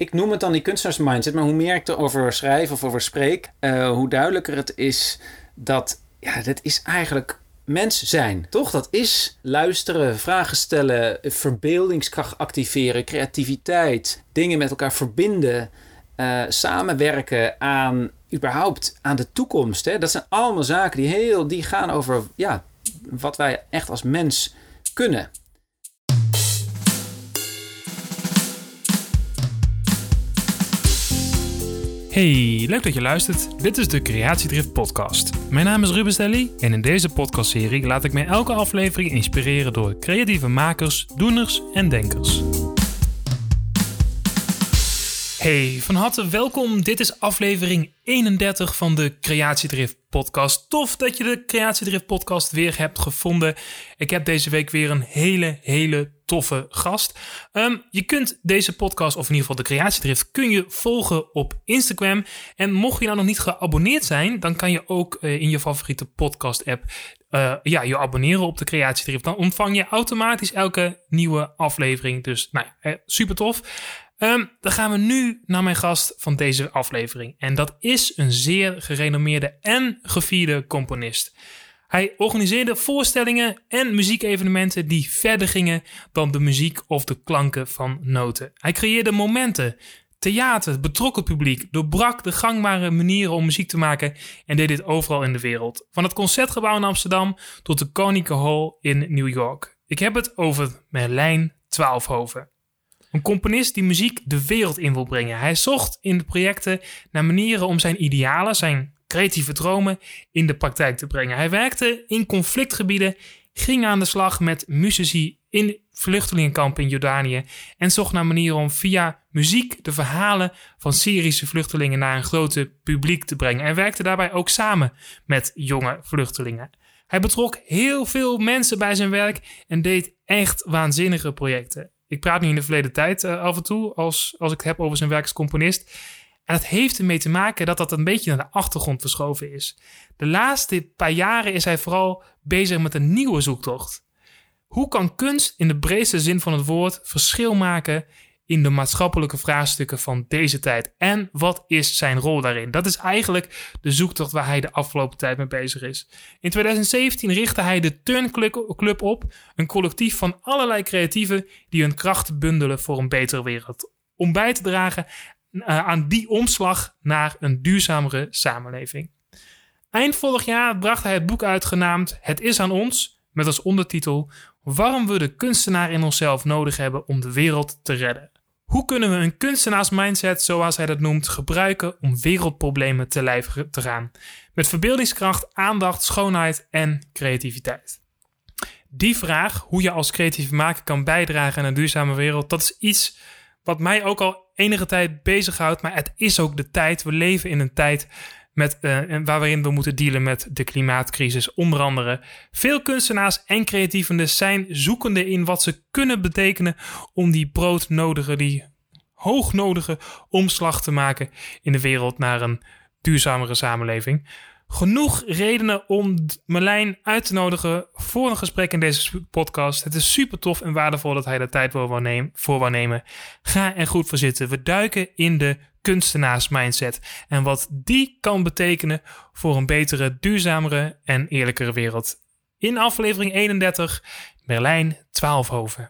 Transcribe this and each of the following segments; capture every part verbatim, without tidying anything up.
ik noem het dan die kunstenaarsmindset, maar hoe meer ik erover schrijf of over spreek, uh, hoe duidelijker het is dat, ja, dat is eigenlijk mens zijn, toch? Dat is luisteren, vragen stellen, verbeeldingskracht activeren, creativiteit, dingen met elkaar verbinden, uh, samenwerken aan überhaupt aan de toekomst. Hè? Dat zijn allemaal zaken die heel, die gaan over, ja, wat wij echt als mens kunnen. Hey, leuk dat je luistert. Dit is de Creatiedrift podcast. Mijn naam is Ruben Stelly en in deze podcastserie laat ik mij elke aflevering inspireren door creatieve makers, doeners en denkers. Hey, van harte welkom. Dit is aflevering eenendertig van de Creatiedrift podcast. Tof dat je de Creatiedrift podcast weer hebt gevonden. Ik heb deze week weer een hele, hele toffe gast. Um, je kunt deze podcast, of in ieder geval de Creatiedrift, kun je volgen op Instagram. En mocht je nou nog niet geabonneerd zijn, dan kan je ook uh, in je favoriete podcast app uh, ja, je abonneren op de Creatiedrift. Dan ontvang je automatisch elke nieuwe aflevering. Dus nou ja, super tof. Um, dan gaan we nu naar mijn gast van deze aflevering. En dat is een zeer gerenommeerde en gevierde componist. Hij organiseerde voorstellingen en muziekevenementen die verder gingen dan de muziek of de klanken van noten. Hij creëerde momenten, theater, betrokken publiek, doorbrak de gangbare manieren om muziek te maken en deed dit overal in de wereld. Van het Concertgebouw in Amsterdam tot de Koninklijke Hall in New York. Ik heb het over Merlijn Twaalfhoven. Een componist die muziek de wereld in wil brengen. Hij zocht in de projecten naar manieren om zijn idealen, zijn creatieve dromen in de praktijk te brengen. Hij werkte in conflictgebieden, ging aan de slag met muzici in vluchtelingenkampen in Jordanië en zocht naar manieren om via muziek de verhalen van Syrische vluchtelingen naar een groter publiek te brengen. Hij werkte daarbij ook samen met jonge vluchtelingen. Hij betrok heel veel mensen bij zijn werk en deed echt waanzinnige projecten. Ik praat nu in de verleden tijd uh, af en toe als, als ik het heb over zijn werk als componist. En dat heeft ermee te maken dat dat een beetje naar de achtergrond verschoven is. De laatste paar jaren is hij vooral bezig met een nieuwe zoektocht. Hoe kan kunst in de breedste zin van het woord verschil maken in de maatschappelijke vraagstukken van deze tijd? En wat is zijn rol daarin? Dat is eigenlijk de zoektocht waar hij de afgelopen tijd mee bezig is. In twintig zeventien richtte hij de Turn Club op, een collectief van allerlei creatieven die hun krachten bundelen voor een betere wereld. Om bij te dragen uh, aan die omslag naar een duurzamere samenleving. Eind vorig jaar bracht hij het boek uit genaamd Het is aan ons, met als ondertitel Waarom we de kunstenaar in onszelf nodig hebben om de wereld te redden. Hoe kunnen we een kunstenaarsmindset, zoals hij dat noemt, gebruiken om wereldproblemen te lijf te gaan? Met verbeeldingskracht, aandacht, schoonheid en creativiteit. Die vraag, hoe je als creatieve maker kan bijdragen aan een duurzame wereld, dat is iets wat mij ook al enige tijd bezighoudt. Maar het is ook de tijd. We leven in een tijd met, uh, waarin we moeten dealen met de klimaatcrisis. Onder andere veel kunstenaars en creatieven zijn zoekende in wat ze kunnen betekenen om die broodnodige, die hoognodige omslag te maken in de wereld naar een duurzamere samenleving. Genoeg redenen om Merlijn uit te nodigen voor een gesprek in deze podcast. Het is super tof en waardevol dat hij de tijd voor wil nemen. Ga er goed voor zitten. We duiken in de kunstenaarsmindset en wat die kan betekenen voor een betere, duurzamere en eerlijkere wereld. In aflevering eenendertig, Merlijn Twaalfhoven.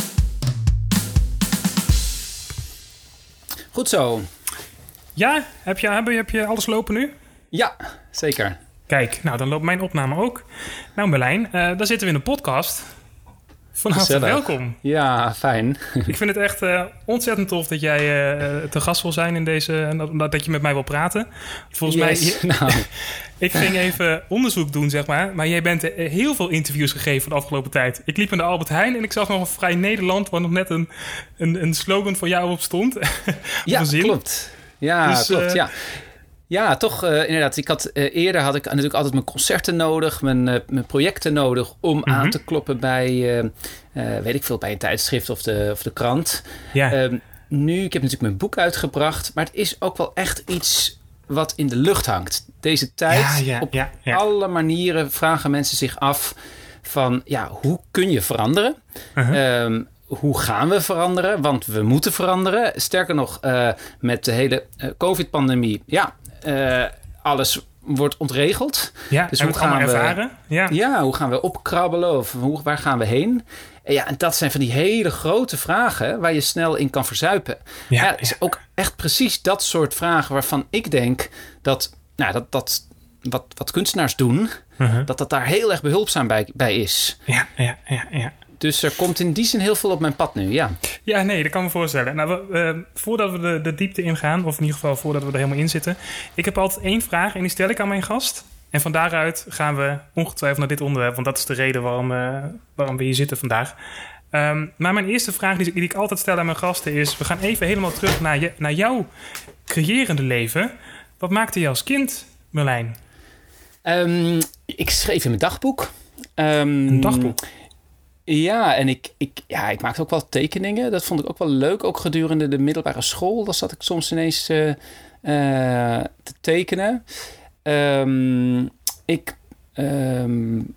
Goed zo. Ja, heb je, heb je, heb je alles lopen nu? Ja, zeker. Kijk, nou dan loopt mijn opname ook. Nou Merlijn, uh, daar zitten we in een podcast. Van harte welkom. Ja, fijn. Ik vind het echt uh, ontzettend tof dat jij uh, te gast wil zijn in deze... en dat, dat je met mij wil praten. Volgens yes, mij... Nou. Ik ging even onderzoek doen, zeg maar. Maar jij bent uh, heel veel interviews gegeven de afgelopen tijd. Ik liep in de Albert Heijn en ik zag nog een Vrij Nederland... waar nog net een, een, een slogan voor jou op stond. Ja, klopt. Ja, dus, klopt, uh, ja. Ja, toch uh, inderdaad. Ik had, uh, eerder had ik natuurlijk altijd mijn concerten nodig, mijn, uh, mijn projecten nodig om mm-hmm. aan te kloppen bij, uh, uh, weet ik veel, bij een tijdschrift of de, of de krant. Ja. Uh, nu, ik heb natuurlijk mijn boek uitgebracht, maar het is ook wel echt iets wat in de lucht hangt. Deze tijd, ja, ja, op ja, ja. alle manieren vragen mensen zich af van, ja, hoe kun je veranderen? Uh-huh. Um, hoe gaan we veranderen? Want we moeten veranderen. Sterker nog, uh, met de hele uh, COVID-pandemie, ja, uh, alles wordt ontregeld. Ja, dus hoe gaan we ervaren? Ja. ja, hoe gaan we opkrabbelen? Of hoe, waar gaan we heen? En ja, en dat zijn van die hele grote vragen waar je snel in kan verzuipen. Ja, ja, het is ook echt precies dat soort vragen waarvan ik denk dat, nou, dat, dat wat, wat kunstenaars doen, uh-huh. dat dat daar heel erg behulpzaam bij, bij is. Ja, ja, ja, ja. Dus er komt in die zin heel veel op mijn pad nu, ja. Ja, nee, dat kan me voorstellen. Nou, we, uh, voordat we de, de diepte ingaan, of in ieder geval voordat we er helemaal in zitten, ik heb altijd één vraag en die stel ik aan mijn gast. En van daaruit gaan we ongetwijfeld naar dit onderwerp, want dat is de reden waarom, uh, waarom we hier zitten vandaag. Um, maar mijn eerste vraag die, die ik altijd stel aan mijn gasten is, we gaan even helemaal terug naar, je, naar jouw creërende leven. Wat maakte je als kind, Merlijn? Um, ik schreef in mijn dagboek. Um, Een dagboek? Ja, en ik, ik, ja, ik maakte ook wel tekeningen. Dat vond ik ook wel leuk. Ook gedurende de middelbare school. Dan zat ik soms ineens uh, uh, te tekenen. Um, ik um,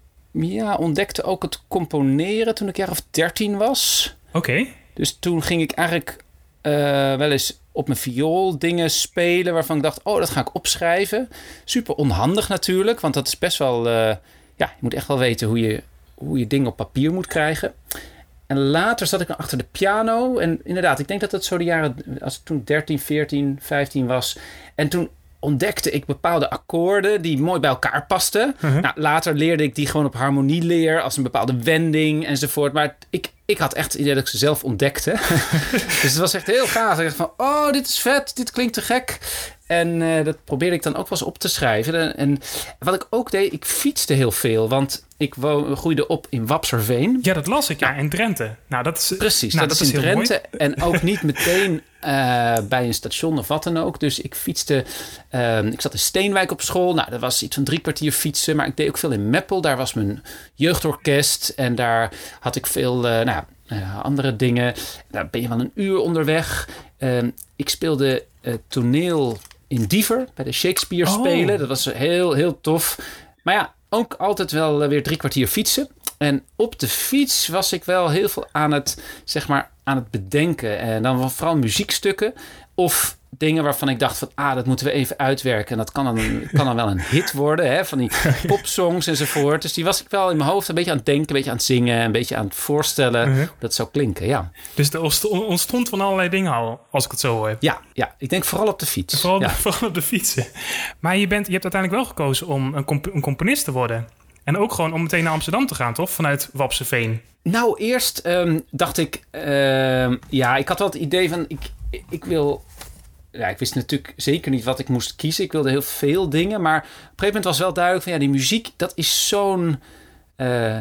ja, ontdekte ook het componeren toen ik jaar of dertien was. Oké. Okay. Dus toen ging ik eigenlijk uh, wel eens op mijn viool dingen spelen waarvan ik dacht, oh, dat ga ik opschrijven. Super onhandig natuurlijk, want dat is best wel, uh, ja, je moet echt wel weten hoe je, hoe je dingen op papier moet krijgen. En later zat ik dan achter de piano en inderdaad, ik denk dat het zo de jaren, als ik toen dertien, veertien, vijftien was. En toen ontdekte ik bepaalde akkoorden die mooi bij elkaar pasten. Uh-huh. Nou, later leerde ik die gewoon op harmonieleer als een bepaalde wending enzovoort. Maar ik, ik had echt het idee dat ik ze zelf ontdekte. Dus het was echt heel gaaf. Ik dacht van, oh, dit is vet, dit klinkt te gek. En uh, dat probeerde ik dan ook wel eens op te schrijven. En, en wat ik ook deed, ik fietste heel veel. Want ik wo- groeide op in Wapserveen. Ja, dat las ik, ja, in Drenthe. Nou, dat is, Precies, nou, dat, dat is in Drenthe. Mooi. En ook niet meteen uh, bij een station of wat dan ook. Dus ik fietste, uh, ik zat in Steenwijk op school. Nou, dat was iets van drie kwartier fietsen. Maar ik deed ook veel in Meppel. Daar was mijn jeugdorkest. En daar had ik veel, uh, nou uh, andere dingen. Daar ben je wel een uur onderweg. Uh, ik speelde uh, toneel in Diever, bij de Shakespeare oh. spelen. Dat was heel, heel tof. Maar ja, ook altijd wel uh, weer drie kwartier fietsen. En op de fiets was ik wel heel veel aan het, zeg maar, aan het bedenken. En dan vooral muziekstukken of dingen waarvan ik dacht van, ah, dat moeten we even uitwerken. En dat kan dan, kan dan wel een hit worden, hè, van die popsongs enzovoort. Dus die was ik wel in mijn hoofd een beetje aan het denken, een beetje aan het zingen, een beetje aan het voorstellen uh-huh. hoe dat zou klinken, ja. Dus er ontstond van allerlei dingen al, als ik het zo hoor. Ja, ja, ik denk vooral op de fiets. Vooral, ja. vooral op de fietsen. Maar je, bent, je hebt uiteindelijk wel gekozen om een, comp- een componist te worden. En ook gewoon om meteen naar Amsterdam te gaan, toch? Vanuit Wapserveen. Nou, eerst um, dacht ik, uh, ja, ik had wel het idee van, ik, ik wil... Ja, ik wist natuurlijk zeker niet wat ik moest kiezen. Ik wilde heel veel dingen. Maar op een gegeven moment was wel duidelijk van, ja, die muziek, dat is zo'n uh,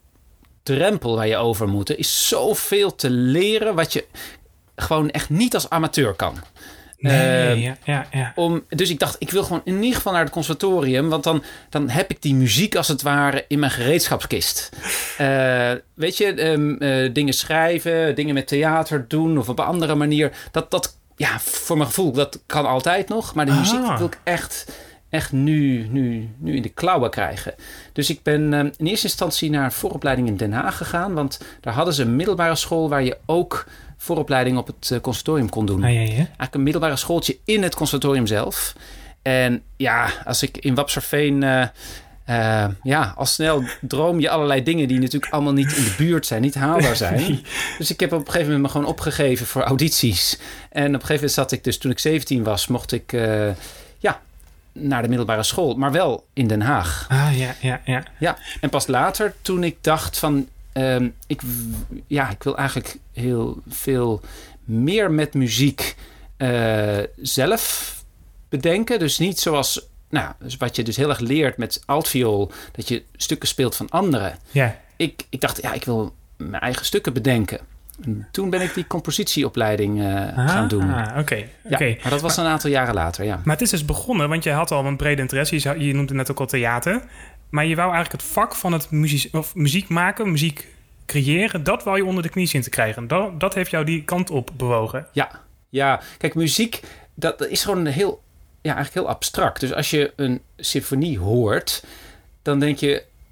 drempel waar je over moet. Er is zoveel te leren wat je gewoon echt niet als amateur kan. Nee, uh, ja, ja, ja. Om, dus ik dacht, ik wil gewoon in ieder geval naar het conservatorium. Want dan, dan heb ik die muziek als het ware in mijn gereedschapskist. Uh, weet je, um, uh, dingen schrijven, dingen met theater doen of op een andere manier. Dat, dat ja, voor mijn gevoel, dat kan altijd nog. Maar de Aha. muziek wil ik echt, echt nu, nu, nu in de klauwen krijgen. Dus ik ben um, in eerste instantie naar een vooropleiding in Den Haag gegaan. Want daar hadden ze een middelbare school waar je ook vooropleiding op het uh, conservatorium kon doen. Ah, ja, ja. Eigenlijk een middelbare schooltje in het conservatorium zelf. En ja, als ik in Wapserveen... Uh, uh, ja, al snel droom je allerlei dingen die natuurlijk allemaal niet in de buurt zijn, niet haalbaar zijn. Nee. Dus ik heb op een gegeven moment me gewoon opgegeven voor audities. En op een gegeven moment zat ik dus, toen ik zeventien was, mocht ik uh, ja, naar de middelbare school, maar wel in Den Haag. Ah, ja, ja, ja. Ja, en pas later toen ik dacht van, um, ik, ja, ik wil eigenlijk heel veel meer met muziek uh, zelf bedenken. Dus niet zoals, nou, dus wat je dus heel erg leert met altviool, dat je stukken speelt van anderen. Ja. Ik, ik dacht, ja, ik wil mijn eigen stukken bedenken. En toen ben ik die compositieopleiding uh, ah, gaan doen. Ah, oké. Okay, ja, okay. Maar dat was een aantal jaren later, ja. Maar het is dus begonnen, want jij had al een brede interesse. Je, je noemde net ook al theater. Maar je wou eigenlijk het vak van het muziek, of muziek maken, muziek creëren, dat wou je onder de knie zien te krijgen. Dat, dat heeft jou die kant op bewogen. Ja, ja. Kijk, muziek, dat, dat is gewoon heel, ja, eigenlijk heel abstract. Dus als je een symfonie hoort, dan denk je,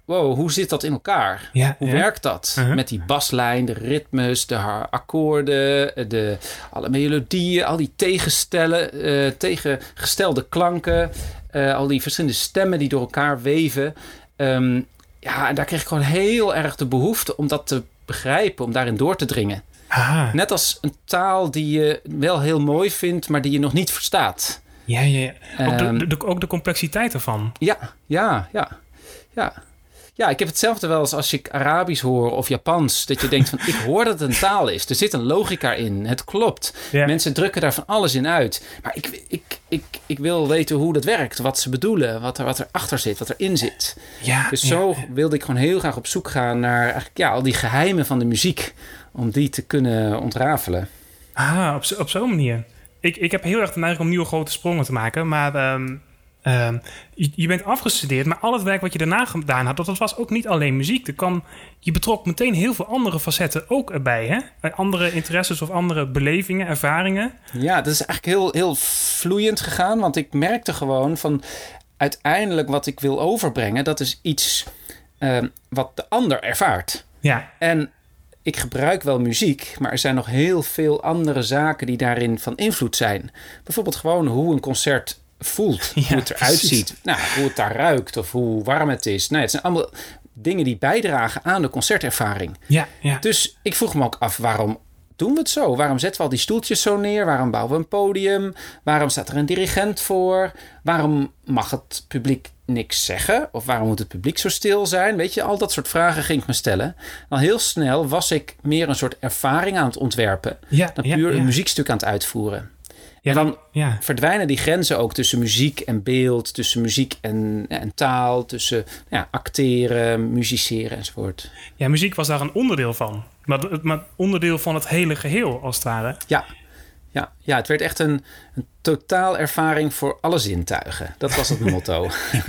wow, hoe zit dat in elkaar? Ja, hoe ja. werkt dat? Uh-huh. Met die baslijn, de ritmes, de ha- akkoorden, de, alle melodieën, al die tegenstellen, uh, tegengestelde klanken, uh, al die verschillende stemmen die door elkaar weven. Um, ja, en daar kreeg ik gewoon heel erg de behoefte om dat te begrijpen, om daarin door te dringen. Ah. Net als een taal die je wel heel mooi vindt, maar die je nog niet verstaat. Ja, ja, ja. Ook, Um, de, de, ook de complexiteit ervan. Ja, ja, ja, ja. Ja, ik heb hetzelfde wel als als ik Arabisch hoor of Japans. Dat je denkt van, ik hoor dat het een taal is. Er zit een logica in. Het klopt. Ja. Mensen drukken daar van alles in uit. Maar ik, ik, ik, ik wil weten hoe dat werkt. Wat ze bedoelen. Wat er, wat er achter zit. Wat erin zit. Ja, dus ja, zo ja. wilde ik gewoon heel graag op zoek gaan naar eigenlijk, ja, al die geheimen van de muziek. Om die te kunnen ontrafelen. Ah, op, zo, op zo'n manier. Ik, ik heb heel erg de neiging om nieuwe grote sprongen te maken. Maar um, um, je, je bent afgestudeerd. Maar al het werk wat je daarna gedaan had, dat, dat was ook niet alleen muziek. Er kwam, je betrok meteen heel veel andere facetten ook erbij. Hè? Andere interesses of andere belevingen, ervaringen. Ja, dat is eigenlijk heel, heel vloeiend gegaan. Want ik merkte gewoon van, uiteindelijk wat ik wil overbrengen, dat is iets um, wat de ander ervaart. Ja. En ik gebruik wel muziek, maar er zijn nog heel veel andere zaken die daarin van invloed zijn. Bijvoorbeeld gewoon hoe een concert voelt, Ja, hoe het eruit precies. ziet, nou, hoe het daar ruikt of hoe warm het is. Nou, het zijn allemaal dingen die bijdragen aan de concertervaring. Ja, ja. Dus ik vroeg me ook af, waarom doen we het zo? Waarom zetten we al die stoeltjes zo neer? Waarom bouwen we een podium? Waarom staat er een dirigent voor? Waarom mag het publiek niks zeggen? Of waarom moet het publiek zo stil zijn? Weet je, al dat soort vragen ging ik me stellen. Dan heel snel was ik meer een soort ervaring aan het ontwerpen Ja, dan ja, puur ja. een muziekstuk aan het uitvoeren. Ja, En dan ja. verdwijnen die grenzen ook tussen muziek en beeld, tussen muziek en, en taal, tussen ja, acteren, musiceren enzovoort. ja, muziek was daar een onderdeel van. Maar, het- maar onderdeel van het hele geheel, als het ware. Ja, ja, ja, het werd echt een, een totaalervaring voor alle zintuigen. Dat was het motto.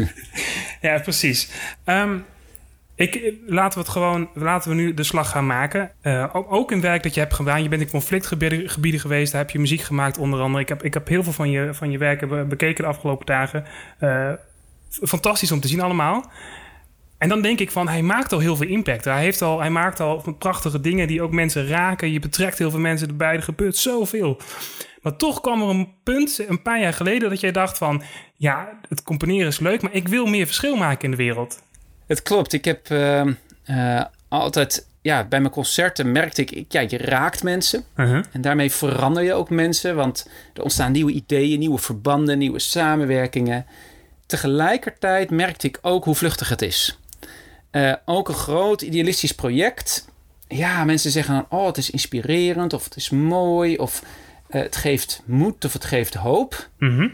Ja, precies. Um, ik, laten we het gewoon, laten we nu de slag gaan maken. Uh, ook, ook in werk dat je hebt gedaan. Je bent in conflictgebieden gebieden geweest. Daar heb je muziek gemaakt, onder andere. Ik heb, ik heb heel veel van je, van je werken bekeken de afgelopen dagen. Uh, fantastisch om te zien allemaal. En dan denk ik van, hij maakt al heel veel impact. Hij, heeft al, hij maakt al prachtige dingen die ook mensen raken. Je betrekt heel veel mensen erbij. Er gebeurt zoveel. Maar toch kwam er een punt, een paar jaar geleden, dat jij dacht van, ja, het componeren is leuk, maar ik wil meer verschil maken in de wereld. Het klopt. Ik heb uh, uh, altijd, ja, bij mijn concerten merkte ik, ja, je raakt mensen. Uh-huh. En daarmee verander je ook mensen, want er ontstaan nieuwe ideeën, nieuwe verbanden, nieuwe samenwerkingen. Tegelijkertijd merkte ik ook hoe vluchtig het is. Uh, ook een groot idealistisch project. Ja, mensen zeggen dan, oh, het is inspirerend of het is mooi of uh, het geeft moed of het geeft hoop. Uh-huh.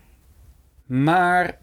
Maar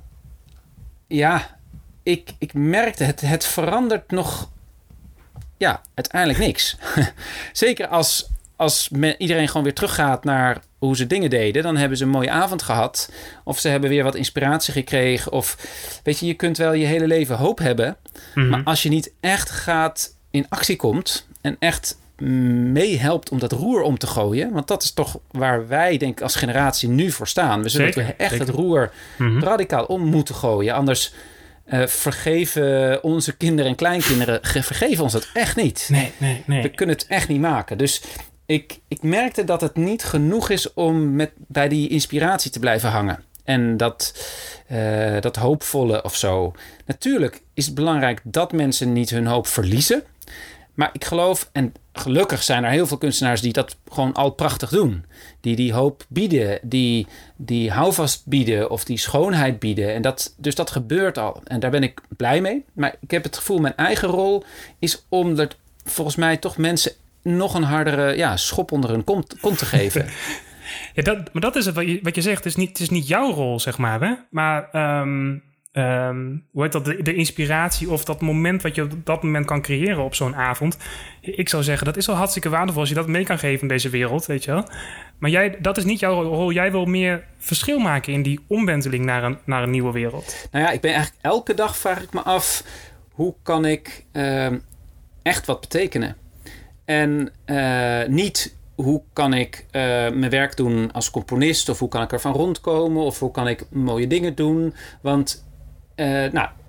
ja, ik, ik merkte het, het verandert nog, ja, uiteindelijk niks. Zeker als, als men, iedereen gewoon weer teruggaat naar hoe ze dingen deden, dan hebben ze een mooie avond gehad. Of ze hebben weer wat inspiratie gekregen. Of weet je, je kunt wel je hele leven hoop hebben. Mm-hmm. Maar als je niet echt gaat in actie komt en echt meehelpt om dat roer om te gooien. Want dat is toch waar wij, denk ik, als generatie nu voor staan. We zullen Zeker, echt zeker. het roer Mm-hmm. radicaal om moeten gooien. Anders uh, vergeven onze kinderen en kleinkinderen vergeven ons dat echt niet. Nee, nee, nee. We kunnen het echt niet maken. Dus ik, ik merkte dat het niet genoeg is om met, bij die inspiratie te blijven hangen. En dat, uh, dat hoopvolle of zo. Natuurlijk is het belangrijk dat mensen niet hun hoop verliezen. Maar ik geloof, en gelukkig zijn er heel veel kunstenaars die dat gewoon al prachtig doen. Die die hoop bieden, die, die houvast bieden of die schoonheid bieden. En dat, dus dat gebeurt al. En daar ben ik blij mee. Maar ik heb het gevoel, mijn eigen rol is om er volgens mij toch mensen nog een hardere ja, schop onder hun kont, kont te geven. Ja, dat, maar dat is het wat je, wat je zegt. Het is, niet, het is niet jouw rol, zeg maar. Hè? Maar um, um, hoe heet dat? De, de inspiratie of dat moment wat je op dat moment kan creëren op zo'n avond. Ik zou zeggen, dat is al hartstikke waardevol als je dat mee kan geven in deze wereld, weet je wel. Maar jij, dat is niet jouw rol. Jij wil meer verschil maken in die omwenteling naar een, naar een nieuwe wereld. Nou ja, ik ben eigenlijk elke dag vraag ik me af, hoe kan ik uh, echt wat betekenen? En uh, niet hoe kan ik uh, mijn werk doen als componist, of hoe kan ik ervan rondkomen, of hoe kan ik mooie dingen doen. Want uh, nou,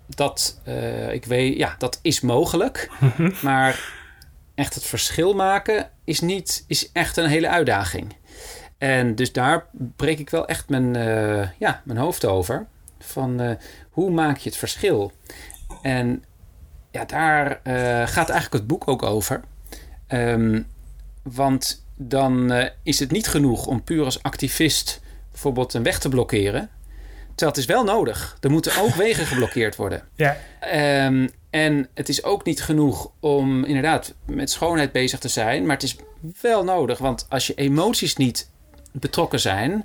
dat, uh, ik weet, ja, dat is mogelijk. Maar echt het verschil maken is, niet, is echt een hele uitdaging. En dus daar breek ik wel echt mijn, uh, ja, mijn hoofd over. Van uh, hoe maak je het verschil? En ja, daar uh, gaat eigenlijk het boek ook over. Um, want dan uh, is het niet genoeg om puur als activist bijvoorbeeld een weg te blokkeren. Terwijl het is wel nodig. Er moeten ook wegen geblokkeerd worden. Ja. Um, en het is ook niet genoeg om inderdaad met schoonheid bezig te zijn. Maar het is wel nodig. Want als je emoties niet betrokken zijn,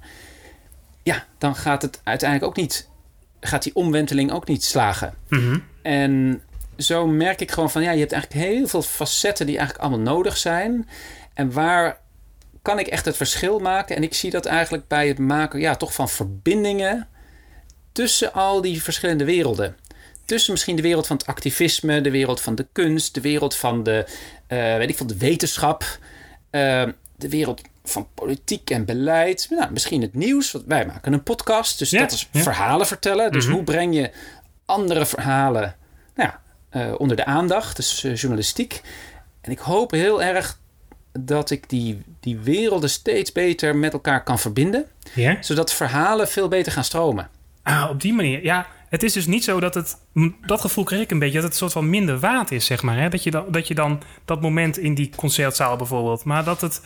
ja, dan gaat het uiteindelijk ook niet, gaat die omwenteling ook niet slagen. Mm-hmm. En zo merk ik gewoon van, ja, je hebt eigenlijk heel veel facetten die eigenlijk allemaal nodig zijn. En waar kan ik echt het verschil maken? En ik zie dat eigenlijk bij het maken, ja, toch van verbindingen tussen al die verschillende werelden. Tussen misschien de wereld van het activisme, de wereld van de kunst, de wereld van de, uh, weet ik veel, de wetenschap, uh, de wereld van politiek en beleid. Nou, misschien het nieuws. Want wij maken een podcast, dus ja, dat is ja. verhalen vertellen. Dus mm-hmm. hoe breng je andere verhalen, nou ja, uh, onder de aandacht, dus uh, journalistiek. En ik hoop heel erg dat ik die, die werelden steeds beter met elkaar kan verbinden. Ja? Zodat verhalen veel beter gaan stromen. Ah, op die manier. Ja, het is dus niet zo dat het, dat gevoel kreeg ik een beetje, dat het een soort van minder waard is, zeg maar. Hè? Dat je dan, dat je dan dat moment in die concertzaal bijvoorbeeld, maar dat het,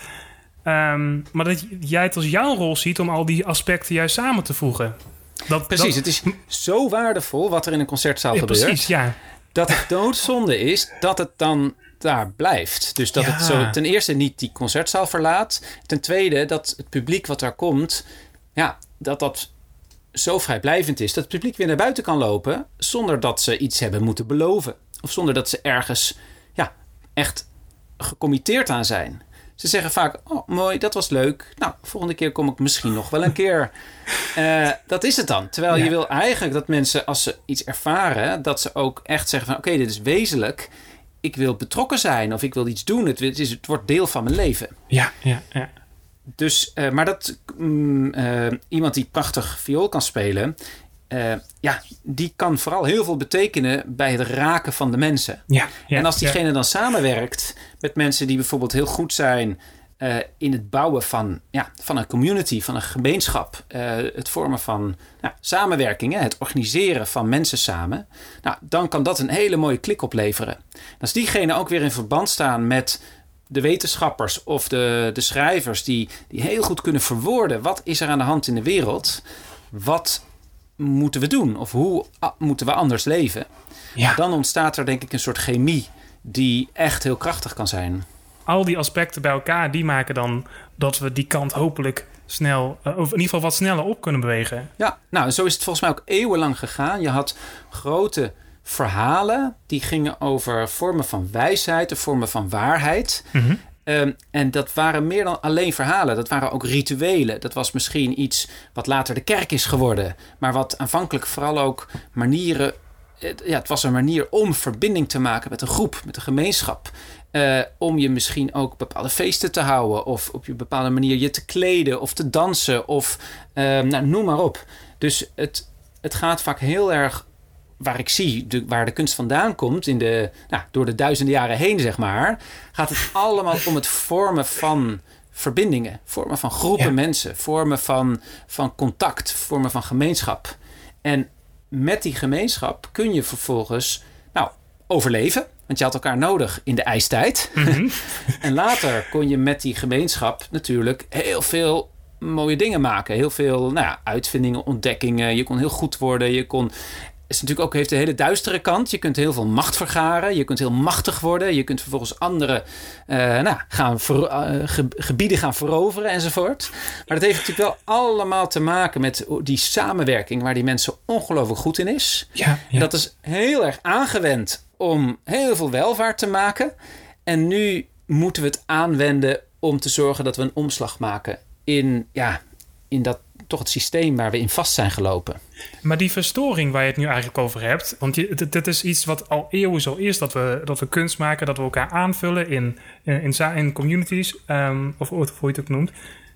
um, maar dat jij het als jouw rol ziet om al die aspecten juist samen te voegen. Dat, precies, dat, het is zo waardevol wat er in een concertzaal ja, gebeurt. Precies, ja. Dat het doodzonde is dat het dan daar blijft. Dus dat ja. het zo ten eerste niet die concertzaal verlaat. Ten tweede dat het publiek wat daar komt, ja, dat dat zo vrijblijvend is dat het publiek weer naar buiten kan lopen zonder dat ze iets hebben moeten beloven. Of zonder dat ze ergens ja, echt gecommitteerd aan zijn. Ze zeggen vaak, oh mooi, dat was leuk. Nou, volgende keer kom ik misschien nog wel een keer. Uh, dat is het dan. Terwijl ja. je wil eigenlijk dat mensen, als ze iets ervaren, dat ze ook echt zeggen van, oké, okay, dit is wezenlijk. Ik wil betrokken zijn of ik wil iets doen. Het, is, het wordt deel van mijn leven. Ja, ja, ja. Dus, uh, maar dat um, uh, iemand die prachtig viool kan spelen, uh, ja, die kan vooral heel veel betekenen bij het raken van de mensen. Ja, ja, en als diegene ja. dan samenwerkt met mensen die bijvoorbeeld heel goed zijn uh, in het bouwen van, ja, van een community, van een gemeenschap, uh, het vormen van nou, samenwerkingen, het organiseren van mensen samen, nou, dan kan dat een hele mooie klik opleveren. En als diegene ook weer in verband staan met de wetenschappers of de, de schrijvers die, die heel goed kunnen verwoorden, wat is er aan de hand in de wereld? Wat moeten we doen? Of hoe a, moeten we anders leven? Ja. Dan ontstaat er denk ik een soort chemie die echt heel krachtig kan zijn. Al die aspecten bij elkaar, die maken dan dat we die kant hopelijk snel, of in ieder geval wat sneller op kunnen bewegen. Ja, nou en zo is het volgens mij ook eeuwenlang gegaan. Je had grote verhalen die gingen over vormen van wijsheid, of vormen van waarheid. Mm-hmm. Um, en dat waren meer dan alleen verhalen. Dat waren ook rituelen. Dat was misschien iets wat later de kerk is geworden. Maar wat aanvankelijk vooral ook manieren. Het, ja, het was een manier om verbinding te maken met een groep, met een gemeenschap. Uh, om je misschien ook bepaalde feesten te houden. Of op je bepaalde manier je te kleden of te dansen. Of uh, nou, noem maar op. Dus het, het gaat vaak heel erg, waar ik zie, de, waar de kunst vandaan komt, in de, nou, door de duizenden jaren heen, zeg maar, gaat het allemaal om het vormen van verbindingen. Vormen van groepen ja. mensen. Vormen van, van contact. Vormen van gemeenschap. En met die gemeenschap kun je vervolgens nou, overleven. Want je had elkaar nodig in de ijstijd. Mm-hmm. En later kon je met die gemeenschap natuurlijk heel veel mooie dingen maken. Heel veel nou ja, uitvindingen, ontdekkingen. Je kon heel goed worden. Je kon... Het is natuurlijk ook, heeft een hele duistere kant. Je kunt heel veel macht vergaren. Je kunt heel machtig worden. Je kunt vervolgens andere uh, nou, gaan ver, uh, ge, gebieden gaan veroveren enzovoort. Maar dat heeft natuurlijk wel allemaal te maken met die samenwerking waar die mensen ongelooflijk goed in is. Ja, ja. Dat is heel erg aangewend om heel veel welvaart te maken. En nu moeten we het aanwenden om te zorgen dat we een omslag maken in, ja, in dat toch het systeem waar we in vast zijn gelopen. Maar die verstoring waar je het nu eigenlijk over hebt, want je, dit is iets wat al eeuwen zo is, dat we, dat we kunst maken, dat we elkaar aanvullen in, in, in communities, um, of hoe je het ook noemt.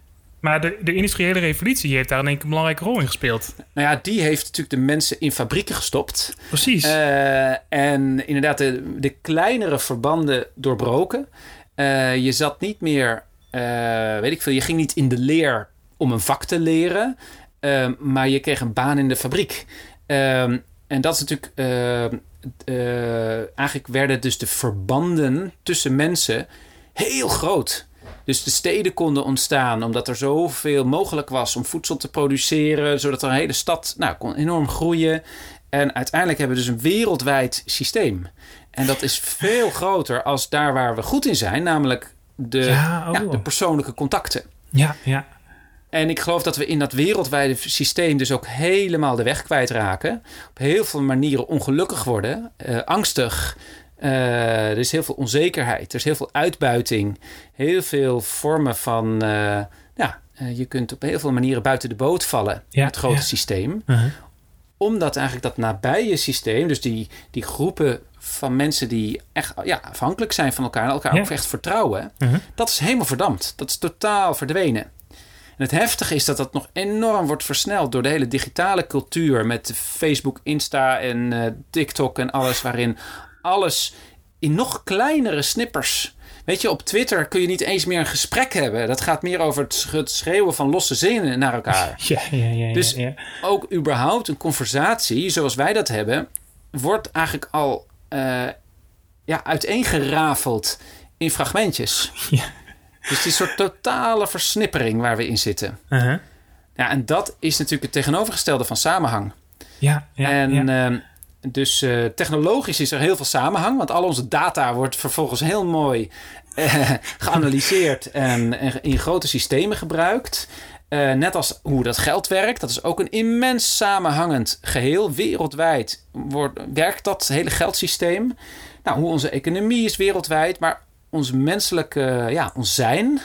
Maar de, de industriële revolutie heeft daar in één keer een belangrijke rol in gespeeld. Nou ja, die heeft natuurlijk de mensen in fabrieken gestopt. Precies. Uh, en inderdaad de, de kleinere verbanden doorbroken. Uh, je zat niet meer, uh, weet ik veel, je ging niet in de leer om een vak te leren. Uh, maar je kreeg een baan in de fabriek. Uh, en dat is natuurlijk... Uh, uh, eigenlijk werden dus de verbanden tussen mensen heel groot. Dus de steden konden ontstaan omdat er zoveel mogelijk was om voedsel te produceren, zodat er een hele stad nou, kon enorm groeien. En uiteindelijk hebben we dus een wereldwijd systeem. En dat is veel groter als daar waar we goed in zijn, namelijk de, ja, oh. ja, de persoonlijke contacten. Ja, ja. En ik geloof dat we in dat wereldwijde systeem dus ook helemaal de weg kwijtraken. Op heel veel manieren ongelukkig worden, uh, angstig. Uh, er is heel veel onzekerheid, er is heel veel uitbuiting, heel veel vormen van... Uh, ja, uh, je kunt op heel veel manieren buiten de boot vallen, ja, het grote ja. systeem. Uh-huh. Omdat eigenlijk dat nabije systeem, dus die, die groepen van mensen die echt ja, afhankelijk zijn van elkaar en elkaar ja. ook echt vertrouwen, uh-huh. dat is helemaal verdampt. Dat is totaal verdwenen. En het heftige is dat dat nog enorm wordt versneld door de hele digitale cultuur met Facebook, Insta en uh, TikTok en alles waarin alles in nog kleinere snippers. Weet je, op Twitter kun je niet eens meer een gesprek hebben. Dat gaat meer over het schreeuwen van losse zinnen naar elkaar. Ja, ja, ja, ja, dus ja. ook überhaupt een conversatie, zoals wij dat hebben, wordt eigenlijk al uh, ja, uiteengerafeld in fragmentjes. Ja. Dus het is een soort totale versnippering waar we in zitten. Uh-huh. Ja, en dat is natuurlijk het tegenovergestelde van samenhang. Ja, ja, en ja. Uh, dus uh, technologisch is er heel veel samenhang, want al onze data wordt vervolgens heel mooi uh, geanalyseerd en, en in grote systemen gebruikt. Uh, net als hoe dat geld werkt. Dat is ook een immens samenhangend geheel. Wereldwijd wordt, werkt dat hele geldsysteem. Nou, hoe onze economie is wereldwijd, maar ons menselijke, ja, ons zijn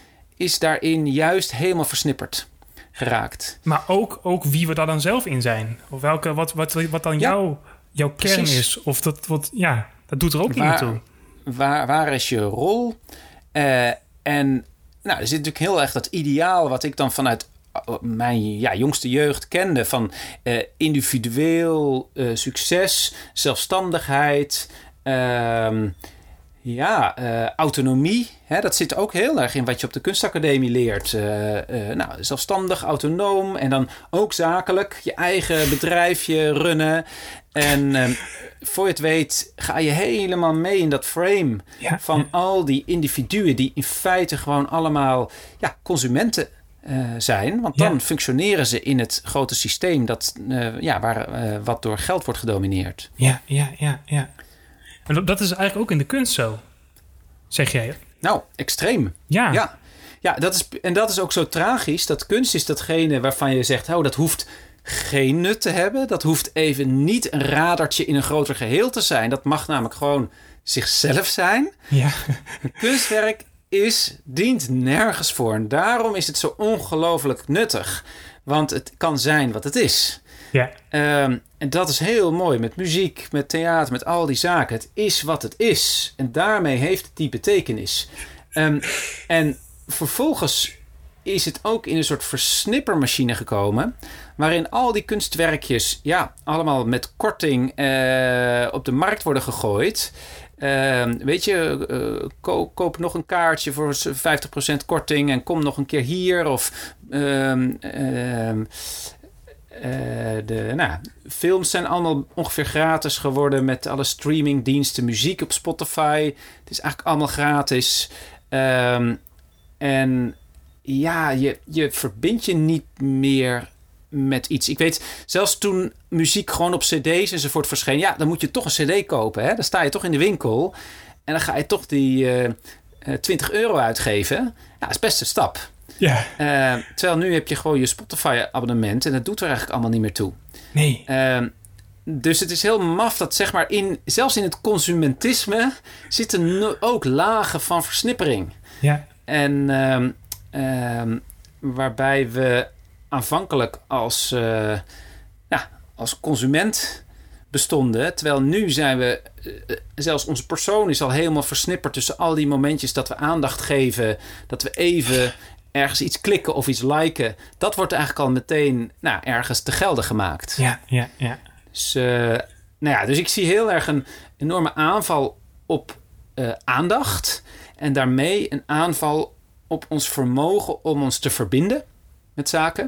is daarin juist helemaal versnipperd geraakt. Maar ook, ook wie we daar dan zelf in zijn. Of welke, wat, wat, wat dan ja, jouw, jouw kern precies. is. Of dat, wat, ja, dat doet er ook niet naartoe. Waar, waar is je rol? Uh, en nou, er zit natuurlijk heel erg dat ideaal wat ik dan vanuit mijn ja, jongste jeugd kende van uh, individueel uh, succes, zelfstandigheid, uh, ja, uh, autonomie. Hè, dat zit ook heel erg in wat je op de kunstacademie leert. Uh, uh, nou, zelfstandig, autonoom en dan ook zakelijk. Je eigen bedrijfje runnen. En uh, voor je het weet ga je helemaal mee in dat frame ja, van ja. al die individuen die in feite gewoon allemaal ja, consumenten uh, zijn. Want dan ja. functioneren ze in het grote systeem dat, uh, ja, waar, uh, wat door geld wordt gedomineerd. Ja, ja, ja, ja. En dat is eigenlijk ook in de kunst zo, zeg jij? Nou, extreem. Ja. Ja, ja dat is, en dat is ook zo tragisch. Dat kunst is datgene waarvan je zegt, oh, dat hoeft geen nut te hebben. Dat hoeft even niet een radertje in een groter geheel te zijn. Dat mag namelijk gewoon zichzelf zijn. Ja. Een kunstwerk is, dient nergens voor. En daarom is het zo ongelooflijk nuttig. Want het kan zijn wat het is. Ja. Um, en dat is heel mooi met muziek, met theater, met al die zaken. Het is wat het is. En daarmee heeft het die betekenis. Um, en vervolgens is het ook in een soort versnippermachine gekomen, waarin al die kunstwerkjes ja, allemaal met korting uh, op de markt worden gegooid. Uh, weet je, uh, ko- koop nog een kaartje voor vijftig procent korting en kom nog een keer hier. Of uh, uh, uh, de nou, films zijn allemaal ongeveer gratis geworden met alle streamingdiensten, muziek op Spotify. Het is eigenlijk allemaal gratis. Uh, en ja, je, je verbindt je niet meer met iets. Ik weet, zelfs toen muziek gewoon op cd's enzovoort verscheen, ja, dan moet je toch een cd kopen. Hè? Dan sta je toch in de winkel en dan ga je toch die uh, uh, twintig euro uitgeven. Ja, dat is best een stap. Ja. Uh, terwijl nu heb je gewoon je Spotify-abonnement en dat doet er eigenlijk allemaal niet meer toe. Nee. Uh, dus het is heel maf dat zeg maar in, zelfs in het consumentisme zitten no- ook lagen van versnippering. Ja. En uh, uh, waarbij we aanvankelijk als, uh, ja, als consument bestonden. Terwijl nu zijn we, uh, zelfs onze persoon is al helemaal versnipperd tussen al die momentjes dat we aandacht geven. Dat we even ergens iets klikken of iets liken, dat wordt eigenlijk al meteen nou, ergens te gelden gemaakt. Ja, ja, ja. Dus, uh, nou ja, dus ik zie heel erg een enorme aanval op uh, aandacht. En daarmee een aanval op ons vermogen om ons te verbinden met zaken.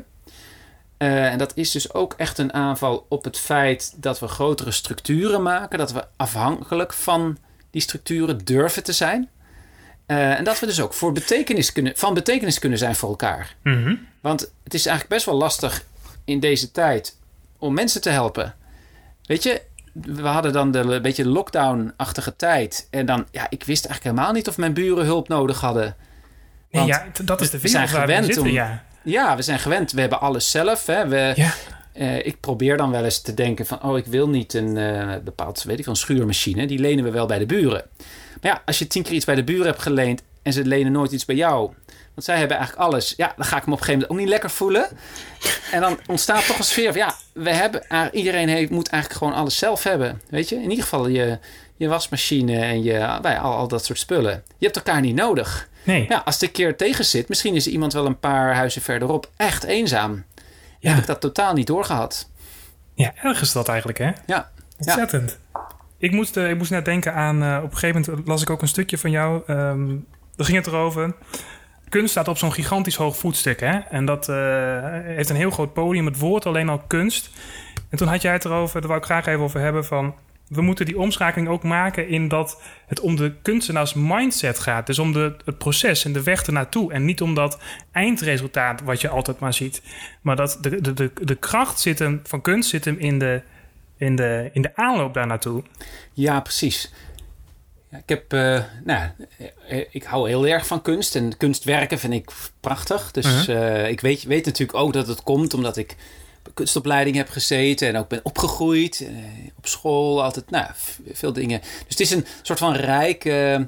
Uh, en dat is dus ook echt een aanval op het feit dat we grotere structuren maken. Dat we afhankelijk van die structuren durven te zijn. Uh, en dat we dus ook voor betekenis kunnen, van betekenis kunnen zijn voor elkaar. Mm-hmm. Want het is eigenlijk best wel lastig in deze tijd om mensen te helpen. Weet je, we hadden dan de een beetje lockdown-achtige tijd. En dan, ja, ik wist eigenlijk helemaal niet of mijn buren hulp nodig hadden. Nee, ja, dat is de we zijn wereld waar we gewend zitten, om, ja. Ja, we zijn gewend. We hebben alles zelf. Hè. We, Ja. uh, ik probeer dan wel eens te denken van, oh, ik wil niet een uh, bepaald, weet ik wel, een schuurmachine. Die lenen we wel bij de buren. Maar ja, als je tien keer iets bij de buren hebt geleend en ze lenen nooit iets bij jou, want zij hebben eigenlijk alles. Ja, dan ga ik me op een gegeven moment ook niet lekker voelen. En dan ontstaat toch een sfeer van, ja, we hebben, iedereen heeft, moet eigenlijk gewoon alles zelf hebben. Weet je, in ieder geval je, je wasmachine en je, nou, al, al dat soort spullen. Je hebt elkaar niet nodig. Nee. Ja, als het een keer tegen zit, misschien is iemand wel een paar huizen verderop echt eenzaam. Ja. Heb ik dat totaal niet doorgehad. Ja, erg is dat eigenlijk, hè? Ja. Ontzettend. Ja. Ik, moest, uh, ik moest net denken aan, uh, op een gegeven moment las ik ook een stukje van jou. Um, daar ging het erover. Kunst staat op zo'n gigantisch hoog voetstuk, hè? En dat uh, heeft een heel groot podium. Het woord alleen al kunst. En toen had jij het erover, daar wou ik graag even over hebben, van we moeten die omschakeling ook maken in dat het om de kunstenaars mindset gaat. Dus om de, het proces en de weg ernaartoe. En niet om dat eindresultaat wat je altijd maar ziet. Maar dat de, de, de, de kracht zit hem, van kunst zit hem in de, in, de, in de aanloop daar naartoe. Ja, precies. Ja, ik heb, uh, nou, ik hou heel erg van kunst. En kunstwerken vind ik prachtig. Dus uh-huh. uh, ik weet, weet natuurlijk ook dat het komt omdat ik kunstopleiding heb gezeten en ook ben opgegroeid. Uh, op school altijd, nou, veel dingen. Dus het is een soort van rijke uh,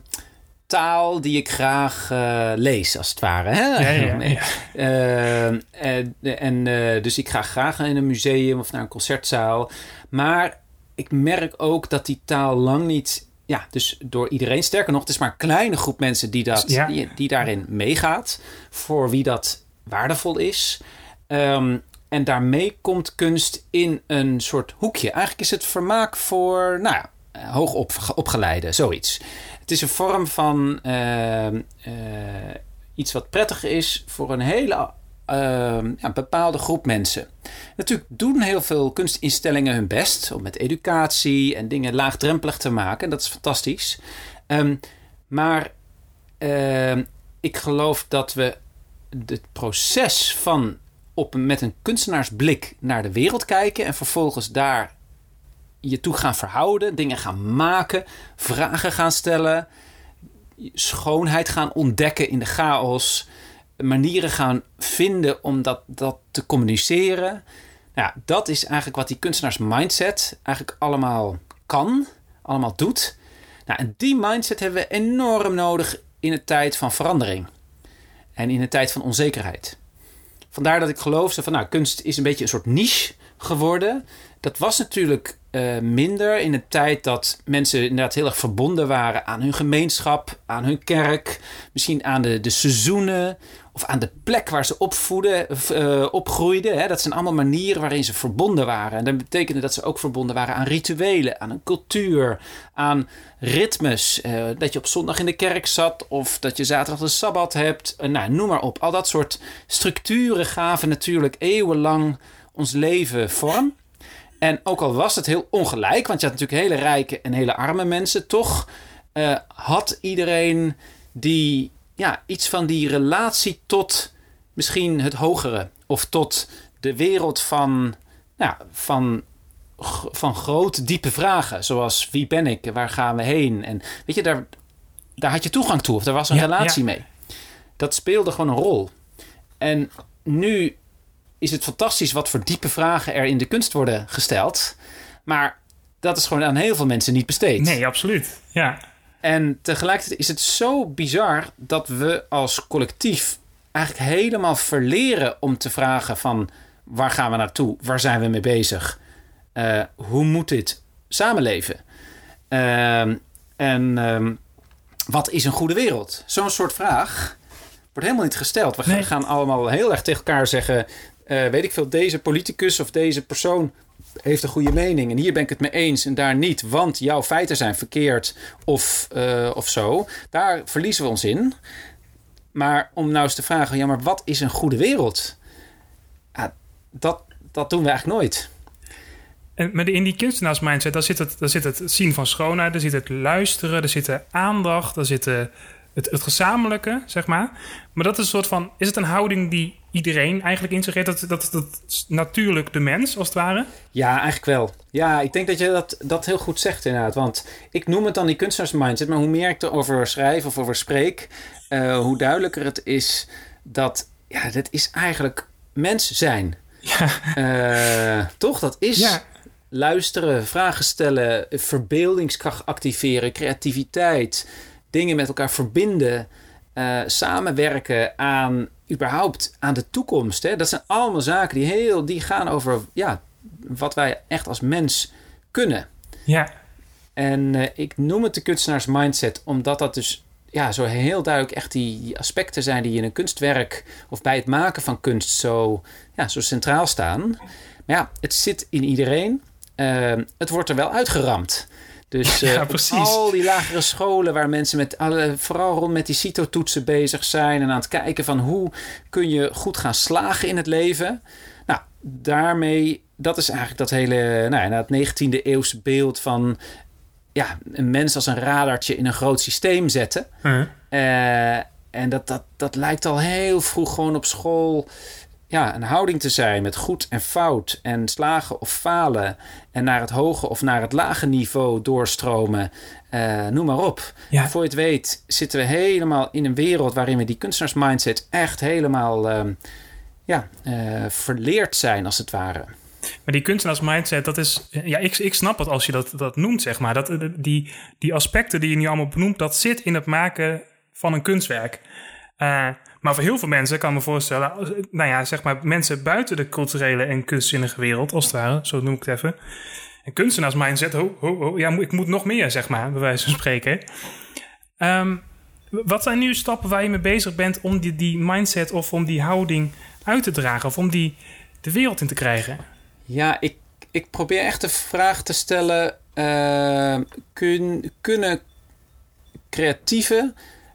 taal die ik graag uh, lees, als het ware. Hè? Ja, ja, ja. uh, en en uh, dus ik ga graag in een museum of naar een concertzaal. Maar ik merk ook dat die taal lang niet, ja, dus door iedereen, sterker nog, het is maar een kleine groep mensen die, dat, ja. die, die daarin meegaat, voor wie dat waardevol is. Um, En daarmee komt kunst in een soort hoekje. Eigenlijk is het vermaak voor, nou ja, hoog op, opgeleide, zoiets. Het is een vorm van uh, uh, iets wat prettig is voor een hele uh, ja, bepaalde groep mensen. Natuurlijk doen heel veel kunstinstellingen hun best om met educatie en dingen laagdrempelig te maken. En dat is fantastisch. Um, maar uh, ik geloof dat we het proces van op met een kunstenaarsblik naar de wereld kijken en vervolgens daar je toe gaan verhouden, dingen gaan maken, vragen gaan stellen, schoonheid gaan ontdekken in de chaos, manieren gaan vinden om dat, dat te communiceren. Nou, dat is eigenlijk wat die kunstenaarsmindset eigenlijk allemaal kan, allemaal doet. Nou, en die mindset hebben we enorm nodig in een tijd van verandering en in een tijd van onzekerheid. Vandaar dat ik geloof van, nou, kunst is een beetje een soort niche geworden. Dat was natuurlijk uh, minder in een tijd dat mensen inderdaad heel erg verbonden waren aan hun gemeenschap, aan hun kerk, misschien aan de, de seizoenen of aan de plek waar ze opvoeden, uh, opgroeiden. Hè. Dat zijn allemaal manieren waarin ze verbonden waren. En dat betekende dat ze ook verbonden waren aan rituelen, aan een cultuur, aan ritmes. Uh, dat je op zondag in de kerk zat of dat je zaterdag de Sabbat hebt. Uh, nou, noem maar op. Al dat soort structuren gaven natuurlijk eeuwenlang ons leven vorm. En ook al was het heel ongelijk, want je had natuurlijk hele rijke en hele arme mensen, toch uh, had iedereen die, ja, iets van die relatie tot misschien het hogere of tot de wereld van, nou, van, van grote, diepe vragen, zoals wie ben ik, waar gaan we heen? En weet je, daar, daar had je toegang toe of daar was een ja, relatie ja. mee. Dat speelde gewoon een rol. En nu is het fantastisch wat voor diepe vragen er in de kunst worden gesteld. Maar dat is gewoon aan heel veel mensen niet besteed. Nee, absoluut. Ja. En tegelijkertijd is het zo bizar dat we als collectief eigenlijk helemaal verleren om te vragen van waar gaan we naartoe? Waar zijn we mee bezig? Uh, hoe moet dit samenleven? Uh, en uh, wat is een goede wereld? Zo'n soort vraag wordt helemaal niet gesteld. We Nee. gaan allemaal heel erg tegen elkaar zeggen... Uh, weet ik veel, deze politicus of deze persoon heeft een goede mening... en hier ben ik het mee eens en daar niet... want jouw feiten zijn verkeerd of, uh, of zo. Daar verliezen we ons in. Maar om nou eens te vragen... ja, maar wat is een goede wereld? Ja, dat, dat doen we eigenlijk nooit... En, maar in die kunstenaarsmindset, daar zit, het, daar zit het zien van schoonheid... daar zit het luisteren, daar zit de aandacht... daar zit de, het, het gezamenlijke, zeg maar. Maar dat is een soort van... is het een houding die iedereen eigenlijk in zich heeft? Dat, dat, dat is natuurlijk de mens, als het ware? Ja, eigenlijk wel. Ja, ik denk dat je dat, dat heel goed zegt inderdaad. Want ik noem het dan die kunstenaarsmindset... maar hoe meer ik erover schrijf of over spreek... Uh, hoe duidelijker het is dat... ja, dat is eigenlijk mens zijn. Ja. Uh, toch? Dat is... Ja. Luisteren, vragen stellen, verbeeldingskracht activeren, creativiteit, dingen met elkaar verbinden, uh, samenwerken aan überhaupt aan de toekomst. Hè? Dat zijn allemaal zaken die heel die gaan over ja, wat wij echt als mens kunnen. Ja. En uh, ik noem het de kunstenaars mindset, omdat dat dus ja, zo heel duidelijk echt die, die aspecten zijn die in een kunstwerk of bij het maken van kunst zo, ja, zo centraal staan. Maar ja, het zit in iedereen. Uh, het wordt er wel uitgeramd. Dus uh, ja, al die lagere scholen waar mensen met alle, vooral rond met die CITO-toetsen bezig zijn en aan het kijken van hoe kun je goed gaan slagen in het leven. Nou, daarmee, dat is eigenlijk dat hele, nou ja, het negentiende eeuwse beeld van ja, een mens als een radartje in een groot systeem zetten. Uh-huh. Uh, en dat, dat, dat lijkt al heel vroeg gewoon op school ja, een houding te zijn met goed en fout en slagen of falen en naar het hoge of naar het lage niveau doorstromen. Uh, noem maar op. Ja. Voor je het weet zitten we helemaal in een wereld waarin we die kunstenaarsmindset echt helemaal uh, ja, uh, verleerd zijn als het ware. Maar die kunstenaarsmindset, dat is... Ja, ik, ik snap het als je dat, dat noemt, zeg maar. Dat, die, die aspecten die je nu allemaal benoemt, dat zit in het maken van een kunstwerk. Uh, maar voor heel veel mensen kan ik me voorstellen... Nou ja, zeg maar mensen buiten de culturele en kunstzinnige wereld, als het ware. Zo noem ik het even. En kunstenaarsmindset, ho, ho, ho, ja, ik moet nog meer, zeg maar, bij wijze van spreken. Um, wat zijn nu stappen waar je mee bezig bent om die, die mindset of om die houding uit te dragen? Of om die de wereld in te krijgen? Ja, ik, ik probeer echt de vraag te stellen... Uh, kun, kunnen creatieve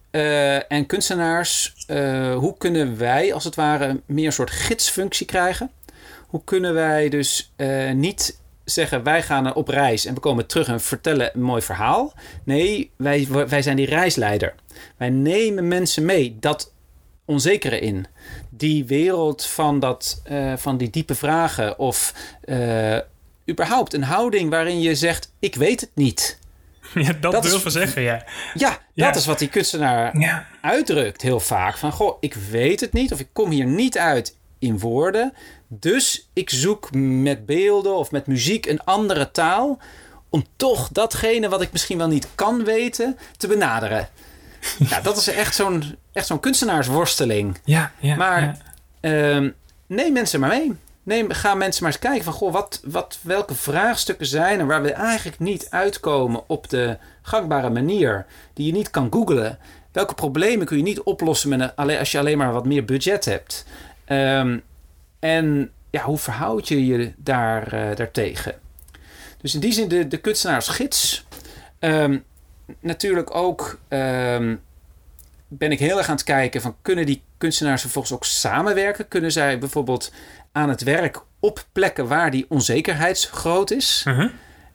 uh, en kunstenaars... Uh, hoe kunnen wij als het ware meer een soort gidsfunctie krijgen? Hoe kunnen wij dus uh, niet zeggen... wij gaan op reis en we komen terug en vertellen een mooi verhaal? Nee, wij, wij zijn die reisleider. Wij nemen mensen mee dat onzekere in. Die wereld van, dat, uh, van die diepe vragen of uh, überhaupt een houding waarin je zegt, ik weet het niet. Ja, dat, dat durven is, zeggen, ja. Ja, dat ja. is wat die kunstenaar ja. uitdrukt heel vaak. Van, goh, ik weet het niet of ik kom hier niet uit in woorden. Dus ik zoek met beelden of met muziek een andere taal om toch datgene wat ik misschien wel niet kan weten te benaderen. Ja, dat is echt zo'n, echt zo'n kunstenaarsworsteling. Ja, ja, maar ja. Uh, neem mensen maar mee. Neem, ga mensen maar eens kijken van... Goh, wat, wat, welke vraagstukken zijn er waar we eigenlijk niet uitkomen op de gangbare manier. Die je niet kan googlen. Welke problemen kun je niet oplossen met een, alleen, als je alleen maar wat meer budget hebt. Um, en ja, hoe verhoud je je daar, uh, daartegen? Dus in die zin de, de kunstenaarsgids... Um, Natuurlijk ook um, ben ik heel erg aan het kijken van kunnen die kunstenaars vervolgens ook samenwerken? Kunnen zij bijvoorbeeld aan het werk op plekken waar die onzekerheid groot is? Uh-huh.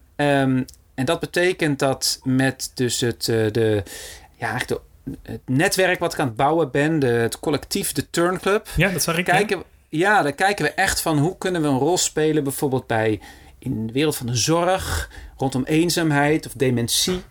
Um, en dat betekent dat met dus het, uh, de, ja, eigenlijk de, het netwerk wat ik aan het bouwen ben, de, het collectief, de Turnclub. Ja, dat zag ik. Kijken, ja. ja, daar kijken we echt van hoe kunnen we een rol spelen bijvoorbeeld bij in de wereld van de zorg, rondom eenzaamheid of dementie.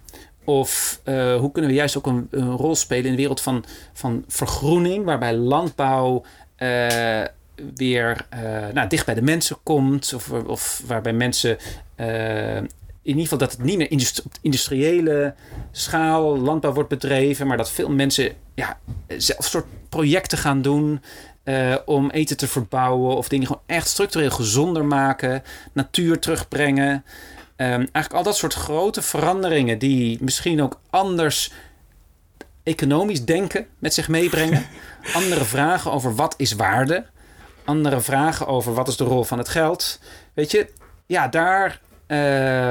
Of uh, hoe kunnen we juist ook een, een rol spelen in de wereld van, van vergroening, waarbij landbouw uh, weer uh, nou, dicht bij de mensen komt. Of, of waarbij mensen uh, in ieder geval dat het niet meer industri- op industriële schaal landbouw wordt bedreven, maar dat veel mensen ja, zelf soort projecten gaan doen uh, om eten te verbouwen of dingen gewoon echt structureel gezonder maken, natuur terugbrengen. Um, eigenlijk al dat soort grote veranderingen die misschien ook anders economisch denken met zich meebrengen. Andere vragen over wat is waarde. Andere vragen over wat is de rol van het geld. Weet je, ja, daar... Uh,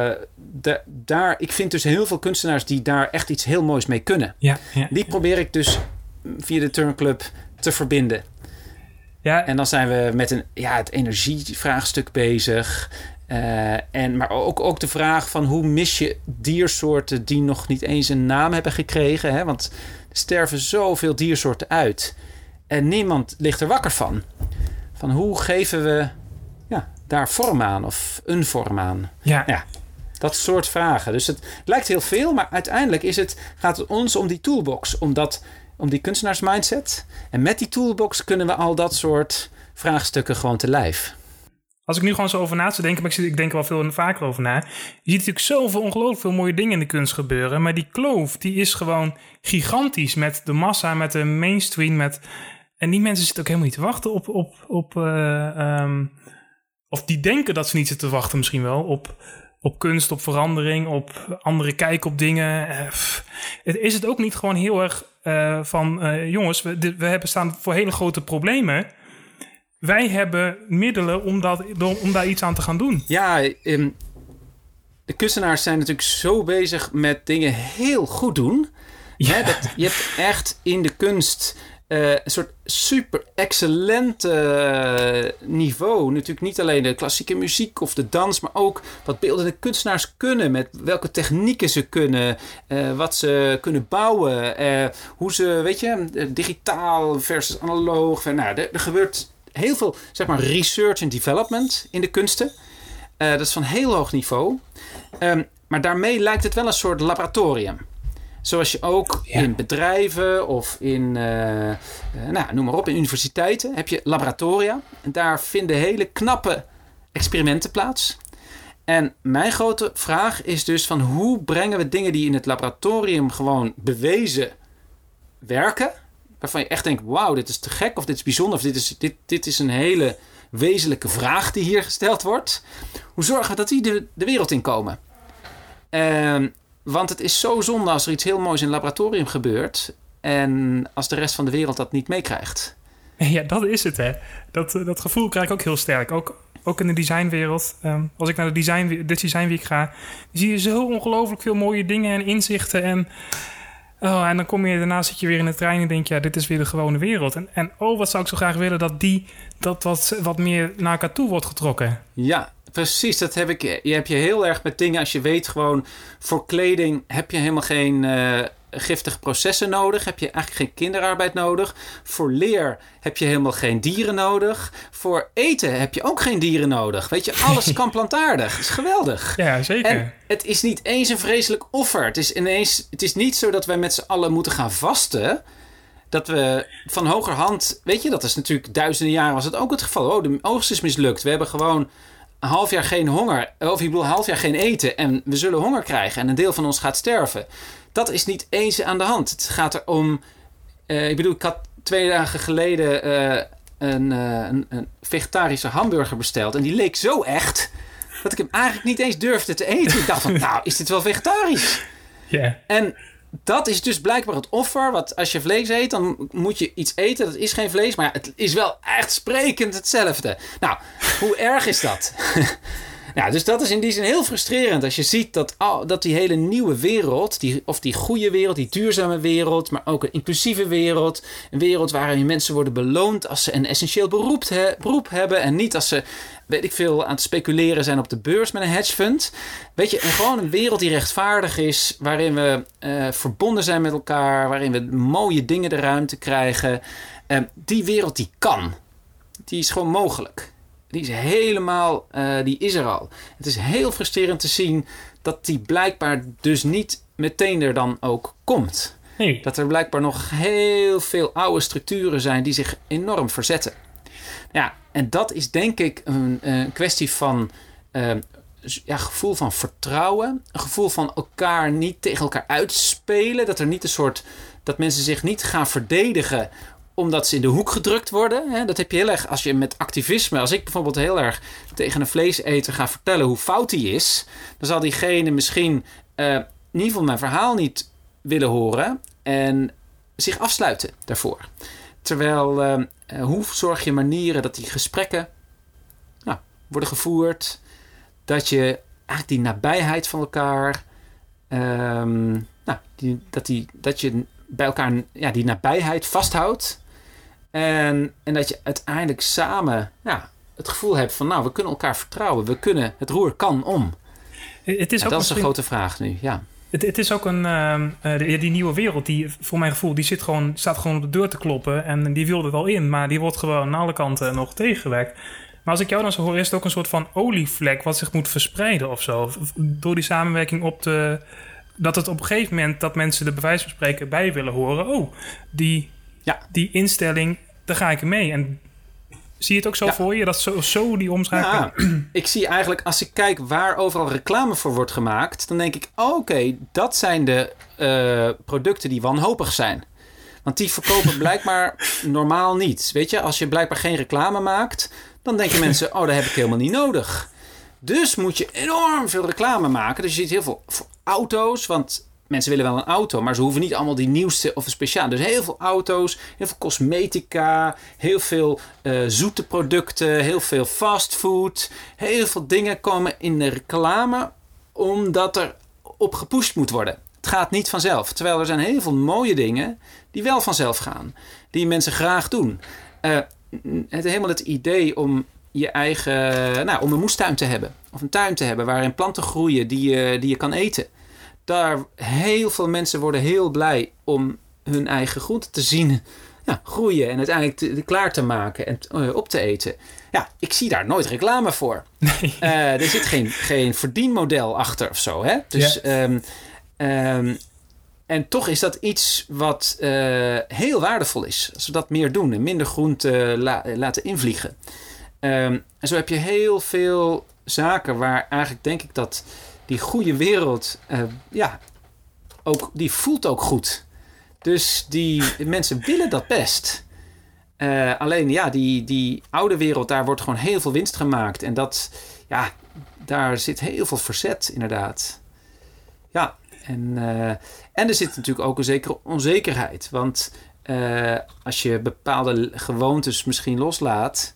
de, daar ik vind dus heel veel kunstenaars die daar echt iets heel moois mee kunnen. Ja, ja, die probeer ik dus via de Turnclub te verbinden. Ja. En dan zijn we met een, ja, het energievraagstuk bezig. Uh, en, maar ook, ook de vraag van hoe mis je diersoorten die nog niet eens een naam hebben gekregen. Hè? Want er sterven zoveel diersoorten uit. En niemand ligt er wakker van. Van hoe geven we ja, daar vorm aan of een vorm aan? Ja. ja. Dat soort vragen. Dus het lijkt heel veel, maar uiteindelijk is het, gaat het ons om die toolbox. Om, dat, om die kunstenaarsmindset. En met die toolbox kunnen we al dat soort vraagstukken gewoon te lijf. Als ik nu gewoon zo over na te denken, maar ik, ik denk er wel veel en vaker over na. Je ziet natuurlijk zoveel ongelooflijk veel mooie dingen in de kunst gebeuren. Maar die kloof, die is gewoon gigantisch met de massa, met de mainstream. Met, en die mensen zitten ook helemaal niet te wachten op... op, op uh, um, of die denken dat ze niet zitten te wachten misschien wel op... op kunst, op verandering, op andere kijk op dingen. Uh, pff, is het ook niet gewoon heel erg uh, van... Uh, jongens, we, we hebben staan voor hele grote problemen. Wij hebben middelen om, dat, om daar iets aan te gaan doen. Ja, um, de kunstenaars zijn natuurlijk zo bezig met dingen heel goed doen. Ja. Hè, dat, je hebt echt in de kunst... Uh, een soort super excellente uh, niveau. Natuurlijk niet alleen de klassieke muziek of de dans, maar ook wat beeldende kunstenaars kunnen. Met welke technieken ze kunnen, uh, wat ze kunnen bouwen. Uh, hoe ze, weet je, digitaal versus analoog. Nou, er, er gebeurt heel veel, zeg maar, research en development in de kunsten. Uh, dat is van heel hoog niveau. Um, maar daarmee lijkt het wel een soort laboratorium. Zoals je ook ja. in bedrijven of in, uh, uh, nou, noem maar op, in universiteiten heb je laboratoria. En daar vinden hele knappe experimenten plaats. En mijn grote vraag is dus van hoe brengen we dingen die in het laboratorium gewoon bewezen werken. Waarvan je echt denkt, wauw, dit is te gek of dit is bijzonder of dit is, dit, dit is een hele wezenlijke vraag die hier gesteld wordt. Hoe zorgen we dat die de, de wereld in komen? Uh, Want het is zo zonde als er iets heel moois in het laboratorium gebeurt en als de rest van de wereld dat niet meekrijgt. Ja, dat is het, hè. Dat, dat gevoel krijg ik ook heel sterk. Ook, ook in de designwereld. Um, als ik naar de design, de Design Week ga, zie je zo ongelooflijk veel mooie dingen en inzichten. En, oh, en dan kom je daarna, zit je weer in de trein en denk je, ja, dit is weer de gewone wereld. En, en oh, wat zou ik zo graag willen dat die, dat wat, wat meer naar elkaar toe wordt getrokken. Ja, precies, dat heb ik. Je hebt je heel erg met dingen als je weet gewoon voor kleding heb je helemaal geen uh, giftige processen nodig. Heb je eigenlijk geen kinderarbeid nodig. Voor leer heb je helemaal geen dieren nodig. Voor eten heb je ook geen dieren nodig. Weet je, alles kan plantaardig. Dat is geweldig. Ja, zeker. En het is niet eens een vreselijk offer. Het is ineens, het is niet zo dat wij met z'n allen moeten gaan vasten. Dat we van hogerhand, weet je, dat is natuurlijk duizenden jaren was het ook het geval. Oh, de oogst is mislukt. We hebben gewoon een half jaar geen honger, of ik bedoel een half jaar geen eten en we zullen honger krijgen en een deel van ons gaat sterven. Dat is niet eens aan de hand. Het gaat erom, uh, ik bedoel, ik had twee dagen geleden uh, een, uh, een, een vegetarische hamburger besteld en die leek zo echt dat ik hem eigenlijk niet eens durfde te eten. Ik dacht van, nou, is dit wel vegetarisch? Ja. Yeah. En dat is dus blijkbaar het offer. Want als je vlees eet, dan moet je iets eten. Dat is geen vlees, maar ja, het is wel echt sprekend hetzelfde. Nou, hoe erg is dat? Nou, dus dat is in die zin heel frustrerend. Als je ziet dat, oh, dat die hele nieuwe wereld, die, of die goede wereld, die duurzame wereld, maar ook een inclusieve wereld. Een wereld waarin mensen worden beloond als ze een essentieel beroep, he, beroep hebben. En niet als ze, weet ik veel, aan het speculeren zijn op de beurs met een hedge fund. Weet je, en gewoon een wereld die rechtvaardig is, waarin we uh, verbonden zijn met elkaar, waarin we mooie dingen de ruimte krijgen. Uh, die wereld die kan. Die is gewoon mogelijk. Die is helemaal, uh, die is er al. Het is heel frustrerend te zien dat die blijkbaar dus niet meteen er dan ook komt. Nee. Dat er blijkbaar nog heel veel oude structuren zijn die zich enorm verzetten. Ja, en dat is denk ik een, een kwestie van uh, ja, gevoel van vertrouwen. Een gevoel van elkaar niet tegen elkaar uitspelen. Dat er niet een soort, dat mensen zich niet gaan verdedigen omdat ze in de hoek gedrukt worden. Hè? Dat heb je heel erg als je met activisme, als ik bijvoorbeeld heel erg tegen een vleeseter ga vertellen hoe fout die is, dan zal diegene misschien uh, in ieder geval mijn verhaal niet willen horen. En zich afsluiten daarvoor. Terwijl, uh, uh, hoe zorg je manieren dat die gesprekken nou, worden gevoerd, dat je eigenlijk die nabijheid van elkaar, um, nou, die, dat, die, dat je bij elkaar ja, die nabijheid vasthoudt en, en dat je uiteindelijk samen ja, het gevoel hebt van, nou, we kunnen elkaar vertrouwen, we kunnen, het roer kan om. Het is ja, ook dat is een grote vraag nu, ja. Het, het is ook een, uh, die, die nieuwe wereld, die voor mijn gevoel, die zit gewoon, staat gewoon op de deur te kloppen. En die wil er wel in, maar die wordt gewoon aan alle kanten nog tegengewerkt. Maar als ik jou dan zo hoor, is het ook een soort van olievlek wat zich moet verspreiden of zo. Door die samenwerking op de... Dat het op een gegeven moment dat mensen de bij wijze van spreken bij willen horen. Oh, die, ja. die instelling, daar ga ik mee. En zie je het ook zo ja. voor je, dat zo, zo die omschakeling? Ja, ik zie eigenlijk, als ik kijk waar overal reclame voor wordt gemaakt, dan denk ik, oh, oké, okay, dat zijn de uh, producten die wanhopig zijn. Want die verkopen blijkbaar normaal niet. Weet je, als je blijkbaar geen reclame maakt, dan denken mensen, oh, dat heb ik helemaal niet nodig. Dus moet je enorm veel reclame maken. Dus je ziet heel veel auto's, want mensen willen wel een auto, maar ze hoeven niet allemaal die nieuwste of een speciaal. Dus heel veel auto's, heel veel cosmetica, heel veel uh, zoete producten, heel veel fastfood. Heel veel dingen komen in de reclame omdat er op gepusht moet worden. Het gaat niet vanzelf. Terwijl er zijn heel veel mooie dingen die wel vanzelf gaan. Die mensen graag doen. Uh, het helemaal het idee om je eigen, nou, om een moestuin te hebben. Of een tuin te hebben waarin planten groeien die je, die je kan eten. Daar heel veel mensen worden heel blij om hun eigen groenten te zien ja, groeien. En uiteindelijk te, klaar te maken en uh, op te eten. Ja, ik zie daar nooit reclame voor. Nee. Uh, er zit geen, geen verdienmodel achter of zo. Hè? Dus, ja. um, um, en toch is dat iets wat uh, heel waardevol is. Als we dat meer doen en minder groenten la, laten invliegen. Um, en zo heb je heel veel zaken waar eigenlijk denk ik dat die goede wereld, uh, ja, ook, die voelt ook goed. Dus die mensen willen dat best. Uh, alleen ja, die, die oude wereld, daar wordt gewoon heel veel winst gemaakt. En dat, ja, daar zit heel veel verzet inderdaad. Ja, en, uh, en er zit natuurlijk ook een zekere onzekerheid. Want uh, als je bepaalde gewoontes misschien loslaat,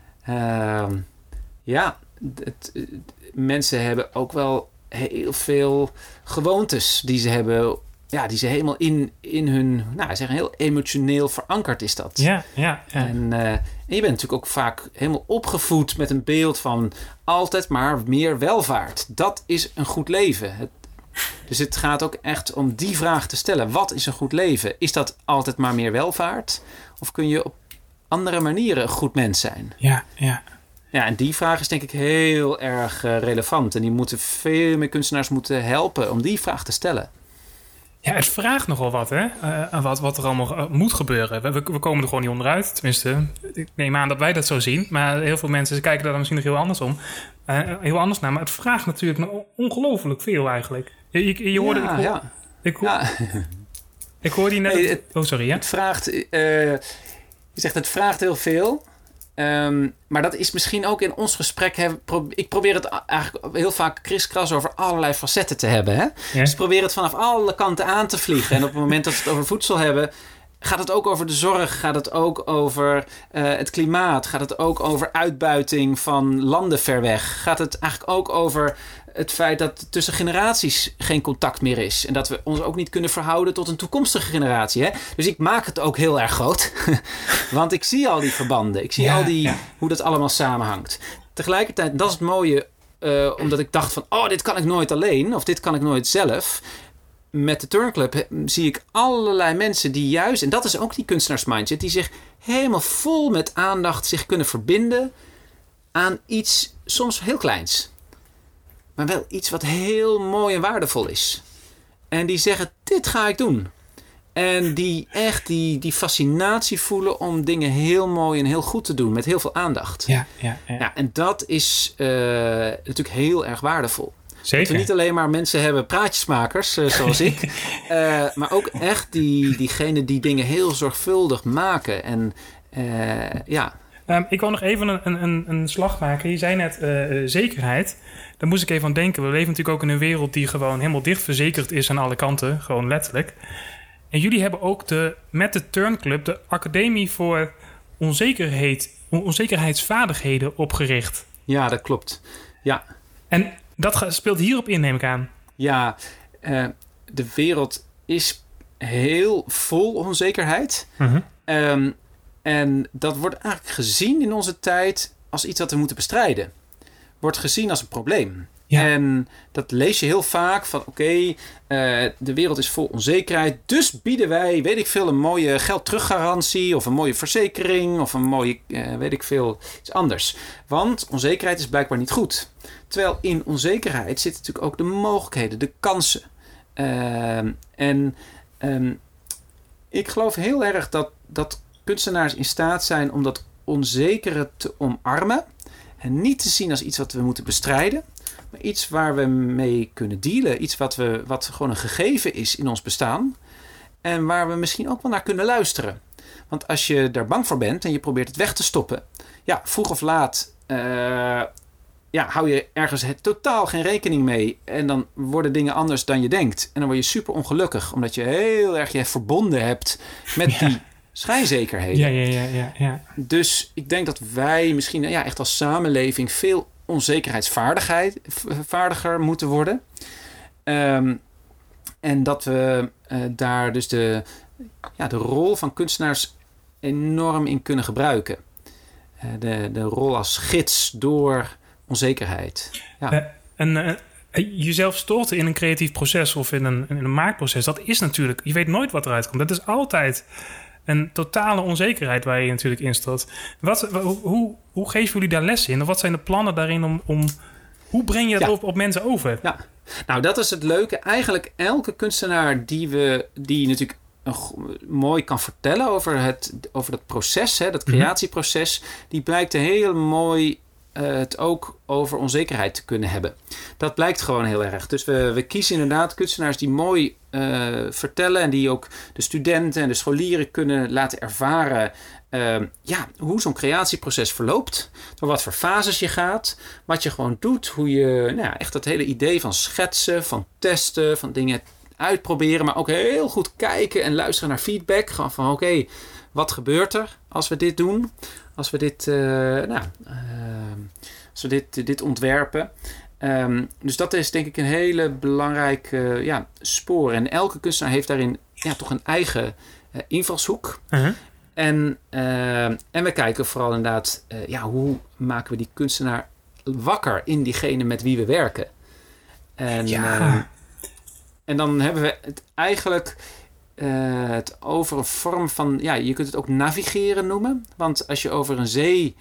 Uh, ja, het, het, mensen hebben ook wel heel veel gewoontes die ze hebben, ja, die ze helemaal in, in hun, nou, zeggen heel emotioneel verankerd is dat. Ja, ja. ja. En, uh, en je bent natuurlijk ook vaak helemaal opgevoed met een beeld van altijd maar meer welvaart. Dat is een goed leven. Het, dus het gaat ook echt om die vraag te stellen. Wat is een goed leven? Is dat altijd maar meer welvaart? Of kun je op andere manieren een goed mens zijn? Ja, ja. Ja, en die vraag is denk ik heel erg uh, relevant. En die moeten veel meer kunstenaars moeten helpen om die vraag te stellen. Ja, het vraagt nogal wat, hè? Uh, wat, wat er allemaal uh, moet gebeuren. We, we komen er gewoon niet onderuit. Tenminste, ik neem aan dat wij dat zo zien. Maar heel veel mensen kijken daar misschien nog heel anders om. Uh, heel anders naar. Maar het vraagt natuurlijk nog ongelooflijk veel eigenlijk. Je, je, je hoorde... Ja, ik hoor, ja. Ik, hoor, ja. ik hoorde je net... Nee, het, oh, sorry, ja? Het vraagt... Uh, je zegt het vraagt heel veel. Um, maar dat is misschien ook in ons gesprek... Hè, pro- ik probeer het eigenlijk heel vaak kriskras over allerlei facetten te hebben. Hè? Ja. Dus ik probeer het vanaf alle kanten aan te vliegen. En op het moment dat we het over voedsel hebben... gaat het ook over de zorg. Gaat het ook over uh, het klimaat. Gaat het ook over uitbuiting van landen ver weg. Gaat het eigenlijk ook over het feit dat tussen generaties geen contact meer is. En dat we ons ook niet kunnen verhouden tot een toekomstige generatie. Hè? Dus ik maak het ook heel erg groot. Want ik zie al die verbanden. Ik zie ja, al die, ja. hoe dat allemaal samenhangt. Tegelijkertijd, dat is het mooie. Uh, omdat ik dacht van, oh, dit kan ik nooit alleen. Of dit kan ik nooit zelf. Met de Turnclub zie ik allerlei mensen die juist... en dat is ook die kunstenaarsmindset... die zich helemaal vol met aandacht zich kunnen verbinden... aan iets soms heel kleins. Maar wel iets wat heel mooi en waardevol is. En die zeggen, dit ga ik doen. En die echt die, die fascinatie voelen om dingen heel mooi en heel goed te doen. Met heel veel aandacht. Ja, ja, ja. Ja, en dat is uh, natuurlijk heel erg waardevol. Zeker. Dat we niet alleen maar mensen hebben, praatjesmakers, uh, zoals ik. Uh, maar ook echt die, diegenen die dingen heel zorgvuldig maken. En uh, ja... Um, ik wil nog even een, een, een slag maken. Je zei net uh, zekerheid. Daar moest ik even aan denken. We leven natuurlijk ook in een wereld die gewoon helemaal dicht verzekerd is aan alle kanten. Gewoon letterlijk. En jullie hebben ook de, met de Turn Club de Academie voor Onzekerheid, Onzekerheidsvaardigheden opgericht. Ja, dat klopt. Ja. En dat speelt hierop in, neem ik aan. Ja, uh, de wereld is heel vol onzekerheid. Uh-huh. Um, en dat wordt eigenlijk gezien in onze tijd als iets dat we moeten bestrijden. Wordt gezien als een probleem. Ja. En dat lees je heel vaak van oké, okay, uh, de wereld is vol onzekerheid. Dus bieden wij, weet ik veel, een mooie geldteruggarantie of een mooie verzekering of een mooie, uh, weet ik veel, iets anders. Want onzekerheid is blijkbaar niet goed. Terwijl in onzekerheid zitten natuurlijk ook de mogelijkheden, de kansen. Uh, en um, ik geloof heel erg dat, dat kunstenaars in staat zijn om dat onzekere te omarmen. En niet te zien als iets wat we moeten bestrijden. Maar iets waar we mee kunnen dealen. Iets wat, we, wat gewoon een gegeven is in ons bestaan. En waar we misschien ook wel naar kunnen luisteren. Want als je daar bang voor bent en je probeert het weg te stoppen. Ja, vroeg of laat uh, ja, hou je ergens het, totaal geen rekening mee. En dan worden dingen anders dan je denkt. En dan word je super ongelukkig. Omdat je heel erg je verbonden hebt met ja. die schijnzekerheden. Ja, ja, ja, ja, ja. Dus ik denk dat wij misschien ja, echt als samenleving veel onzekerheidsvaardigheid vaardiger moeten worden. Um, en dat we uh, daar dus de, ja, de rol van kunstenaars enorm in kunnen gebruiken. Uh, de, de rol als gids door onzekerheid. Ja. Uh, en uh, jezelf storten in een creatief proces of in een, in een maakproces, dat is natuurlijk, je weet nooit wat eruit komt. Dat is altijd een totale onzekerheid waar je natuurlijk in stort. Wat, hoe, hoe geven jullie daar lessen in? Of wat zijn de plannen daarin om... om hoe breng je dat ja. op, op mensen over? Ja, nou dat is het leuke. Eigenlijk elke kunstenaar die we die natuurlijk een, mooi kan vertellen over het over dat proces, hè, dat creatieproces, mm-hmm. die blijkt heel mooi uh, het ook over onzekerheid te kunnen hebben. Dat blijkt gewoon heel erg. Dus we, we kiezen inderdaad kunstenaars die mooi uh, vertellen en die ook de studenten en de scholieren kunnen laten ervaren Uh, ja, hoe zo'n creatieproces verloopt. Door wat voor fases je gaat. Wat je gewoon doet. Hoe je nou ja, echt dat hele idee van schetsen, van testen, van dingen uitproberen. Maar ook heel goed kijken en luisteren naar feedback. Gewoon van oké, okay, wat gebeurt er als we dit doen? Als we dit, uh, nou, uh, als we dit, dit ontwerpen. Um, dus dat is denk ik een hele belangrijke uh, ja, spoor. En elke kunstenaar heeft daarin ja, toch een eigen uh, invalshoek. Uh-huh. En, uh, en we kijken vooral inderdaad, uh, ja, hoe maken we die kunstenaar wakker in diegene met wie we werken. En, ja. uh, en dan hebben we het eigenlijk uh, het over een vorm van, ja, je kunt het ook navigeren noemen. Want als je over een zee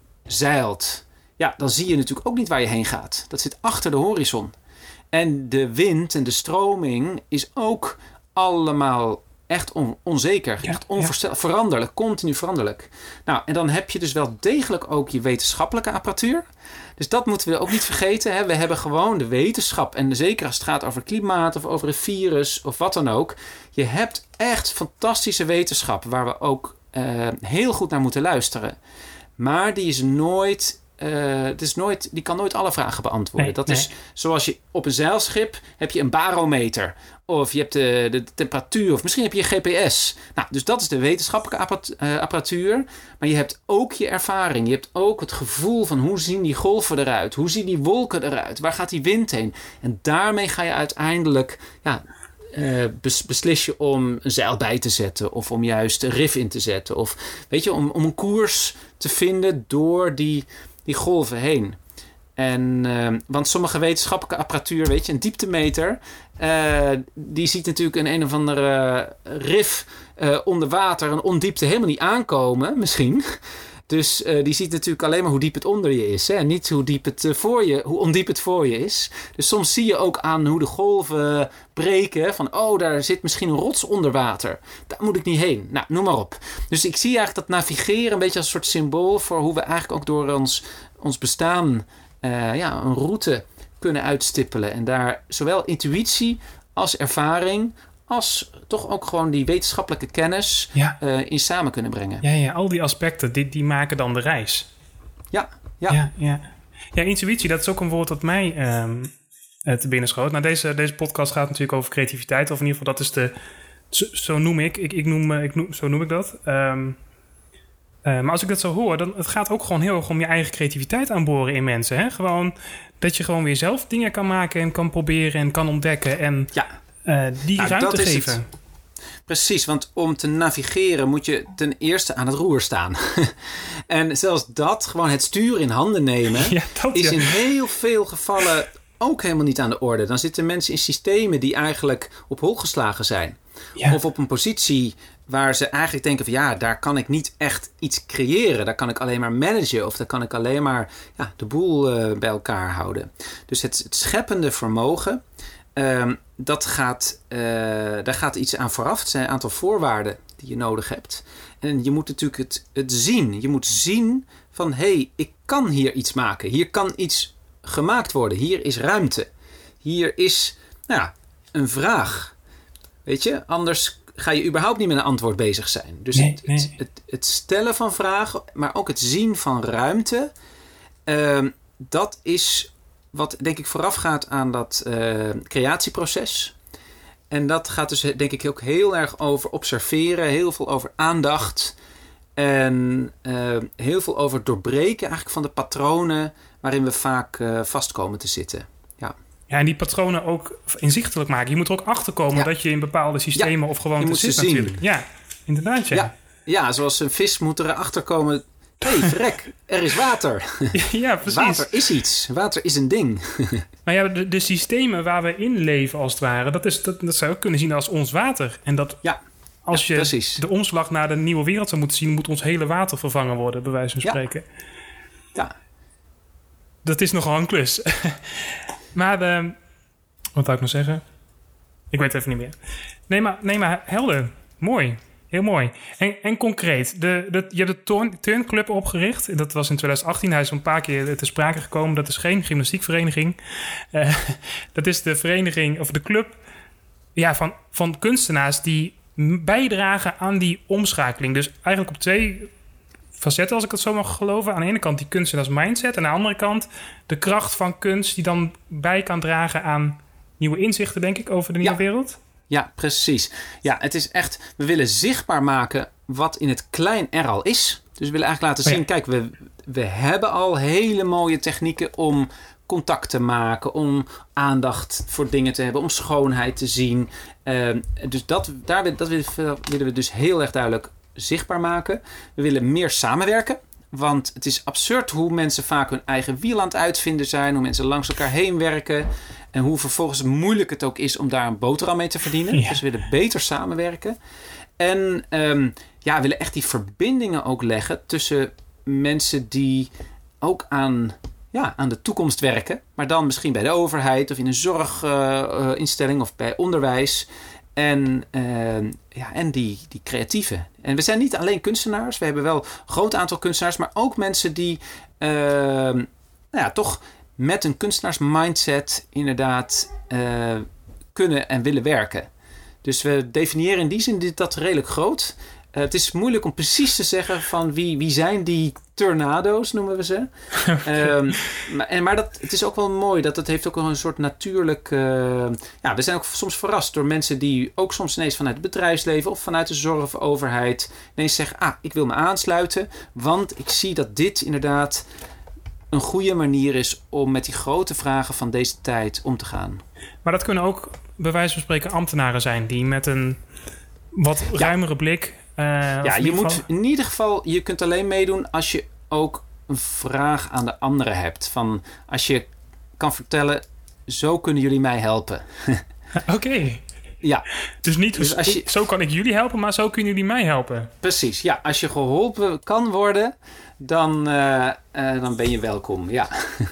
zeilt, ja, dan zie je natuurlijk ook niet waar je heen gaat. Dat zit achter de horizon. En de wind en de stroming is ook allemaal echt on- onzeker, ja, echt onvoorstelbaar, ja. veranderlijk, continu veranderlijk. Nou, en dan heb je dus wel degelijk ook je wetenschappelijke apparatuur. Dus dat moeten we ook niet vergeten. Hè. We hebben gewoon de wetenschap. En zeker als het gaat over klimaat of over een virus of wat dan ook. Je hebt echt fantastische wetenschap waar we ook uh, heel goed naar moeten luisteren. Maar die is nooit... Uh, het is nooit, die kan nooit alle vragen beantwoorden. Nee, dat nee. is zoals je op een zeilschip heb je een barometer. Of je hebt de, de temperatuur. Of misschien heb je een G P S. Nou, dus dat is de wetenschappelijke apparatuur. Maar je hebt ook je ervaring. Je hebt ook het gevoel van hoe zien die golven eruit? Hoe zien die wolken eruit? Waar gaat die wind heen? En daarmee ga je uiteindelijk... Ja, Uh, bes, beslis je om een zeil bij te zetten. Of om juist een rif in te zetten. Of weet je, om, om een koers te vinden door die... die golven heen. En, uh, want sommige wetenschappelijke apparatuur, weet je, een dieptemeter, uh, die ziet natuurlijk een een of andere rif uh, onder water, een ondiepte helemaal niet aankomen, misschien. Dus uh, die ziet natuurlijk alleen maar hoe diep het onder je is. Hè? En niet hoe diep het uh, voor je, hoe ondiep het voor je is. Dus soms zie je ook aan hoe de golven breken. Van, oh, daar zit misschien een rots onder water. Daar moet ik niet heen. Nou, noem maar op. Dus ik zie eigenlijk dat navigeren een beetje als een soort symbool voor hoe we eigenlijk ook door ons, ons bestaan uh, ja, een route kunnen uitstippelen. En daar zowel intuïtie als ervaring... als toch ook gewoon die wetenschappelijke kennis ja. uh, in samen kunnen brengen. Ja, ja, al die aspecten, die, die maken dan de reis. Ja, ja. Ja, ja. ja intuïtie, dat is ook een woord dat mij um, te binnen schoot. Nou, deze, deze podcast gaat natuurlijk over creativiteit. Of in ieder geval, dat is de, Zo, zo noem ik, ik, ik, noem, ik noem, zo noem ik dat. Um, uh, maar als ik dat zo hoor, dan het gaat ook gewoon heel erg om je eigen creativiteit aanboren in mensen. Hè? Gewoon dat je gewoon weer zelf dingen kan maken en kan proberen en kan ontdekken en ja. uh, die nou, ruimte dat geven. Is het. Precies, want om te navigeren moet je ten eerste aan het roer staan. En zelfs dat, gewoon het stuur in handen nemen, ja, dat, is ja. in heel veel gevallen ook helemaal niet aan de orde. Dan zitten mensen in systemen die eigenlijk op hol geslagen zijn. Ja. Of op een positie waar ze eigenlijk denken van ja, daar kan ik niet echt iets creëren. Daar kan ik alleen maar managen of daar kan ik alleen maar ja, de boel uh, bij elkaar houden. Dus het, het scheppende vermogen, um, dat gaat, uh, daar gaat iets aan vooraf. Het zijn een aantal voorwaarden die je nodig hebt. En je moet natuurlijk het, het zien. Je moet zien van hé, hey, ik kan hier iets maken. Hier kan iets gemaakt worden. Hier is ruimte. Hier is nou ja, een vraag. Weet je, anders ga je überhaupt niet met een antwoord bezig zijn. Dus nee, het, nee. Het, het, het stellen van vragen, maar ook het zien van ruimte, uh, dat is wat denk ik voorafgaat aan dat uh, creatieproces. En dat gaat dus denk ik ook heel erg over observeren, heel veel over aandacht en uh, heel veel over doorbreken eigenlijk van de patronen waarin we vaak uh, vast komen te zitten. Ja. Ja, en die patronen ook inzichtelijk maken. Je moet er ook achter komen ja. dat je in bepaalde systemen ja, of gewoontes zit zien. natuurlijk. Ja, inderdaad. Ja. Ja. ja, zoals een vis moet erachter komen. Hé, hey, verrek, er is water. Ja, precies. Water is iets. Water is een ding. Maar ja, de, de systemen waar we in leven als het ware, dat, is, dat, dat zou je ook kunnen zien als ons water. En dat ja. als ja, je precies. de omslag naar de nieuwe wereld zou moeten zien, moet ons hele water vervangen worden, bij wijze van spreken. Ja. ja. Dat is nogal een klus. Maar, uh, wat wou ik nog zeggen? Ik weet het even niet meer. Nee, maar, nee, maar helder. Mooi. Heel mooi. En, en concreet, de, de, je hebt de turnclub opgericht. Dat was in twintig achttien. Hij is een paar keer te sprake gekomen. Dat is geen gymnastiekvereniging. Uh, dat is de vereniging, of de club ja, van, van kunstenaars die bijdragen aan die omschakeling. Dus eigenlijk op twee facetten, als ik het zo mag geloven. Aan de ene kant die kunstenaars mindset. En aan de andere kant de kracht van kunst die dan bij kan dragen aan nieuwe inzichten, denk ik, over de nieuwe ja. wereld. Ja, precies. Ja, het is echt, we willen zichtbaar maken wat in het klein er al is. Dus we willen eigenlijk laten zien, oh ja. kijk, we, we hebben al hele mooie technieken om contact te maken, om aandacht voor dingen te hebben, om schoonheid te zien. Uh, dus dat, daar, dat willen we dus heel erg duidelijk zichtbaar maken. We willen meer samenwerken. Want het is absurd hoe mensen vaak hun eigen wiel aan het uitvinden zijn. Hoe mensen langs elkaar heen werken. En hoe vervolgens moeilijk het ook is om daar een boterham mee te verdienen. Ja. Dus we willen beter samenwerken. En um, ja, we willen echt die verbindingen ook leggen tussen mensen die ook aan, ja, aan de toekomst werken. Maar dan misschien bij de overheid of in een zorginstelling uh, of bij onderwijs. En, uh, ja, en die, die creatieven. En we zijn niet alleen kunstenaars. We hebben wel een groot aantal kunstenaars. Maar ook mensen die uh, nou ja, toch met een kunstenaarsmindset inderdaad uh, kunnen en willen werken. Dus we definiëren in die zin dat redelijk groot. Uh, het is moeilijk om precies te zeggen van wie, wie zijn die tornado's, noemen we ze. um, maar en, maar dat, het is ook wel mooi dat het heeft ook wel een soort natuurlijk... Uh, ja, we zijn ook soms verrast door mensen die ook soms ineens vanuit het bedrijfsleven of vanuit de zorg of overheid ineens zeggen, ah, ik wil me aansluiten, want ik zie dat dit inderdaad een goede manier is om met die grote vragen van deze tijd om te gaan. Maar dat kunnen ook bij wijze van spreken ambtenaren zijn die met een wat ruimere ja. blik... Uh, ja, je moet geval... in ieder geval, je kunt alleen meedoen als je ook een vraag aan de anderen hebt. Van als je kan vertellen, zo kunnen jullie mij helpen. Oké. Okay. Ja. Dus niet dus als je... zo kan ik jullie helpen, maar zo kunnen jullie mij helpen. Precies, ja. Als je geholpen kan worden, dan, uh, uh, dan ben je welkom, ja.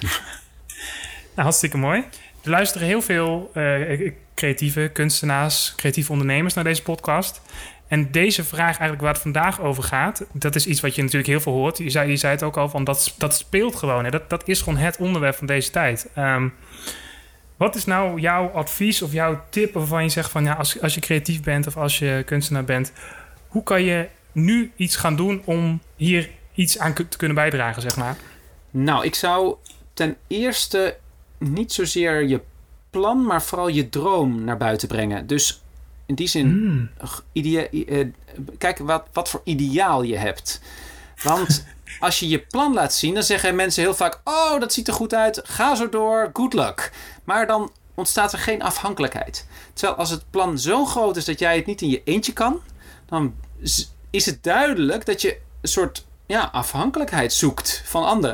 Nou, hartstikke mooi. Er luisteren heel veel uh, creatieve kunstenaars, creatieve ondernemers naar deze podcast. En deze vraag eigenlijk waar het vandaag over gaat, dat is iets wat je natuurlijk heel veel hoort. Je zei, je zei het ook al, van dat, dat speelt gewoon. Hè. Dat, dat is gewoon het onderwerp van deze tijd. Um, wat is nou jouw advies of jouw tip waarvan je zegt van ja, als, als je creatief bent of als je kunstenaar bent, hoe kan je nu iets gaan doen om hier iets aan te kunnen bijdragen, zeg maar? Nou, ik zou ten eerste niet zozeer je plan, maar vooral je droom naar buiten brengen. Dus in die zin... Mm. Idea, uh, kijk wat, wat voor ideaal je hebt. Want als je je plan laat zien... dan zeggen mensen heel vaak... oh, dat ziet er goed uit. Ga zo door. Good luck. Maar dan ontstaat er geen afhankelijkheid. Terwijl als het plan zo groot is... dat jij het niet in je eentje kan... dan is het duidelijk dat je een soort ja, afhankelijkheid zoekt van anderen.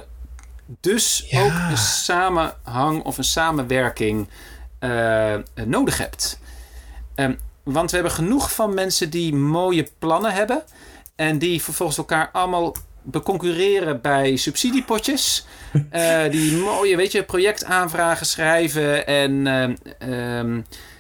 Dus ja. ook een samenhang of een samenwerking uh, nodig hebt. Um, want we hebben genoeg van mensen die mooie plannen hebben... en die vervolgens elkaar allemaal beconcurreren bij subsidiepotjes. Uh, die mooie, weet je, projectaanvragen schrijven. En uh, um,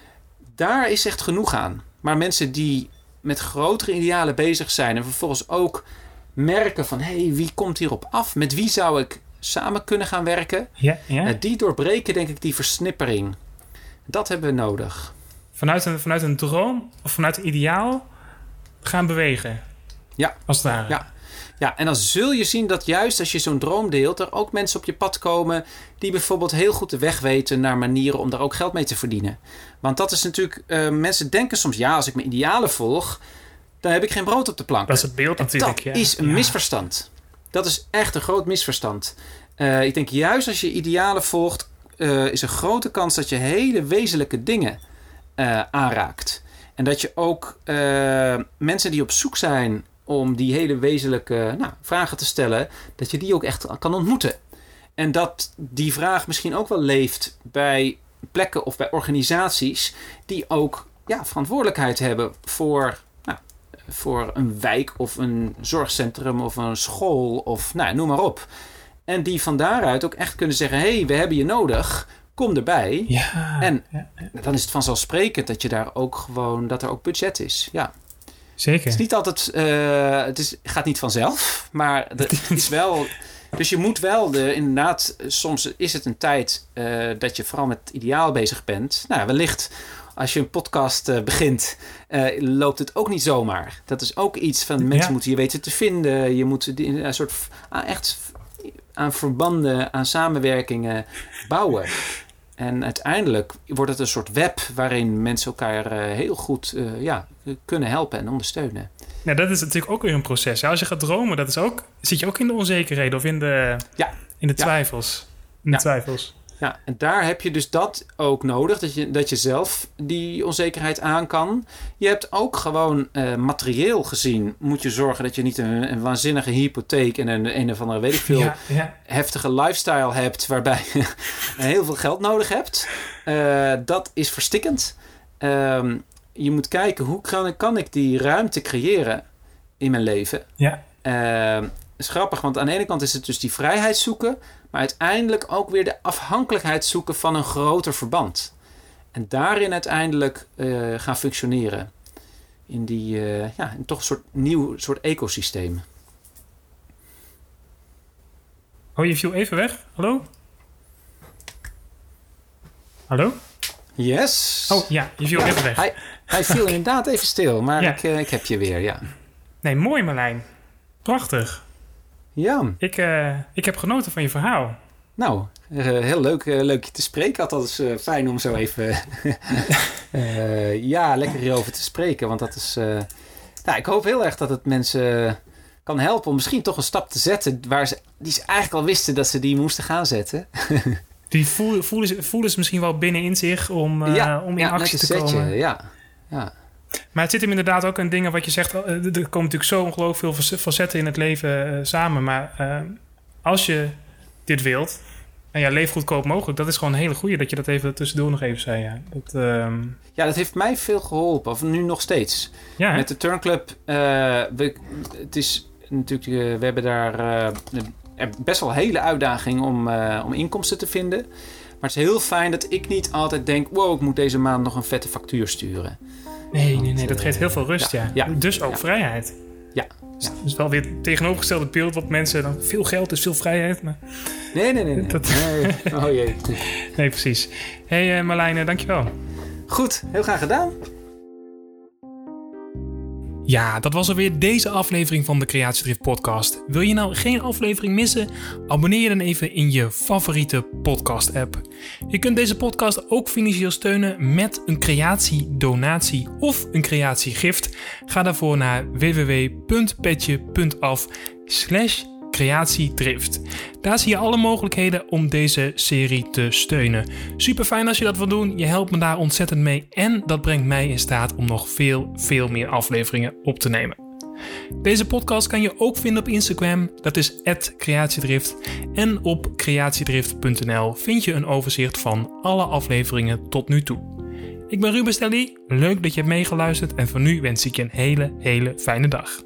daar is echt genoeg aan. Maar mensen die met grotere idealen bezig zijn... en vervolgens ook merken van... hé, hey, wie komt hierop af? Met wie zou ik samen kunnen gaan werken? Ja, ja. Uh, die doorbreken, denk ik, die versnippering. Dat hebben we nodig. Vanuit een, vanuit een droom of vanuit een ideaal gaan bewegen. Ja. Als het ware. Ja. Ja, en dan zul je zien dat juist als je zo'n droom deelt... er ook mensen op je pad komen... die bijvoorbeeld heel goed de weg weten naar manieren... om daar ook geld mee te verdienen. Want dat is natuurlijk... Uh, mensen denken soms... ja, als ik mijn idealen volg... dan heb ik geen brood op de plank. Dat is het beeld natuurlijk. Dat ja. is een ja. misverstand. Dat is echt een groot misverstand. Uh, ik denk juist als je idealen volgt... Uh, is een grote kans dat je hele wezenlijke dingen uh, aanraakt. En dat je ook uh, mensen die op zoek zijn... om die hele wezenlijke nou, vragen te stellen... dat je die ook echt kan ontmoeten. En dat die vraag misschien ook wel leeft... bij plekken of bij organisaties... die ook ja, verantwoordelijkheid hebben voor, nou, voor een wijk... of een zorgcentrum of een school of nou, noem maar op. En die van daaruit ook echt kunnen zeggen... hé, hey, we hebben je nodig, kom erbij. Ja, en ja, ja. dan is het vanzelfsprekend dat je daar ook gewoon... dat er ook budget is, ja. Zeker. Het is niet altijd, uh, het is, gaat niet vanzelf, maar het is wel. Dus je moet wel, de, inderdaad, soms is het een tijd uh, dat je vooral met ideaal bezig bent. Nou, wellicht als je een podcast uh, begint, uh, loopt het ook niet zomaar. Dat is ook iets van mensen ja. moeten je weten te vinden. Je moet een soort uh, echt aan verbanden, aan samenwerkingen bouwen. En uiteindelijk wordt het een soort web waarin mensen elkaar uh, heel goed uh, ja, kunnen helpen en ondersteunen. Nou, dat is natuurlijk ook weer een proces. Ja, als je gaat dromen, dat is ook, zit je ook in de onzekerheden of in de, ja. in de twijfels. In de ja. twijfels. Ja, en daar heb je dus dat ook nodig, dat je, dat je zelf die onzekerheid aan kan. Je hebt ook gewoon uh, materieel gezien, moet je zorgen dat je niet een, een waanzinnige hypotheek en een, een of andere, weet ik veel, ja, ja. heftige lifestyle hebt, waarbij je heel veel geld nodig hebt. Uh, dat is verstikkend. Uh, je moet kijken, hoe kan, kan ik die ruimte creëren in mijn leven? Ja. Uh, is grappig, want aan de ene kant is het dus die vrijheid zoeken, maar uiteindelijk ook weer de afhankelijkheid zoeken van een groter verband. En daarin uiteindelijk uh, gaan functioneren. In die, uh, ja, in toch een soort nieuw soort ecosysteem. Oh, je viel even weg. Hallo? Hallo? Yes. Oh, ja, je viel even weg. Hij, hij viel inderdaad even stil, maar ja. ik, uh, ik heb je weer, ja. Nee, mooi Marlijn. Prachtig. Ja. Ik, uh, ik heb genoten van je verhaal. Nou, uh, heel leuk, uh, leuk je te spreken. Had dat is uh, fijn om zo even uh, ja, lekker hierover te spreken. Want dat is... Uh, nou, ik hoop heel erg dat het mensen kan helpen om misschien toch een stap te zetten waar ze, die ze eigenlijk al wisten dat ze die moesten gaan zetten. Die voelen, voelen, ze, voelen ze misschien wel binnenin zich om, uh, ja, om in ja, actie te zetje, komen. Ja, ja. Maar het zit hem inderdaad ook in dingen wat je zegt. Er komen natuurlijk zo ongelooflijk veel facetten in het leven uh, samen. Maar uh, als je dit wilt, en ja, leef goedkoop mogelijk. Dat is gewoon een hele goeie dat je dat even tussendoor nog even zei. Ja, dat, uh... ja, dat heeft mij veel geholpen. Of nu nog steeds. Ja, met de Turn Club. Uh, we, het is natuurlijk, uh, we hebben daar uh, best wel een hele uitdaging om, uh, om inkomsten te vinden. Maar het is heel fijn dat ik niet altijd denk, wow, ik moet deze maand nog een vette factuur sturen. Nee, Want, nee, nee, dat geeft heel veel rust, ja. ja. ja. Dus ook ja. vrijheid. Ja. Ja. Dus wel weer het tegenovergestelde beeld wat mensen dan... Veel geld is veel vrijheid, maar... Nee, nee, nee. nee. Dat... nee. Oh jee. Nee, precies. Hé hey, uh, Marlijn, uh, dankjewel. Goed, heel graag gedaan. Ja, dat was alweer deze aflevering van de Creatiedrift podcast. Wil je nou geen aflevering missen? Abonneer je dan even in je favoriete podcast app. Je kunt deze podcast ook financieel steunen met een creatiedonatie of een creatiegift. Ga daarvoor naar www.petje.af slash creatiedrift. Daar zie je alle mogelijkheden om deze serie te steunen. Super fijn als je dat wilt doen. Je helpt me daar ontzettend mee en dat brengt mij in staat om nog veel, veel meer afleveringen op te nemen. Deze podcast kan je ook vinden op Instagram, dat is at creatiedrift. En op creatiedrift punt n l vind je een overzicht van alle afleveringen tot nu toe. Ik ben Ruben Stelly, leuk dat je hebt meegeluisterd en voor nu wens ik je een hele, hele fijne dag.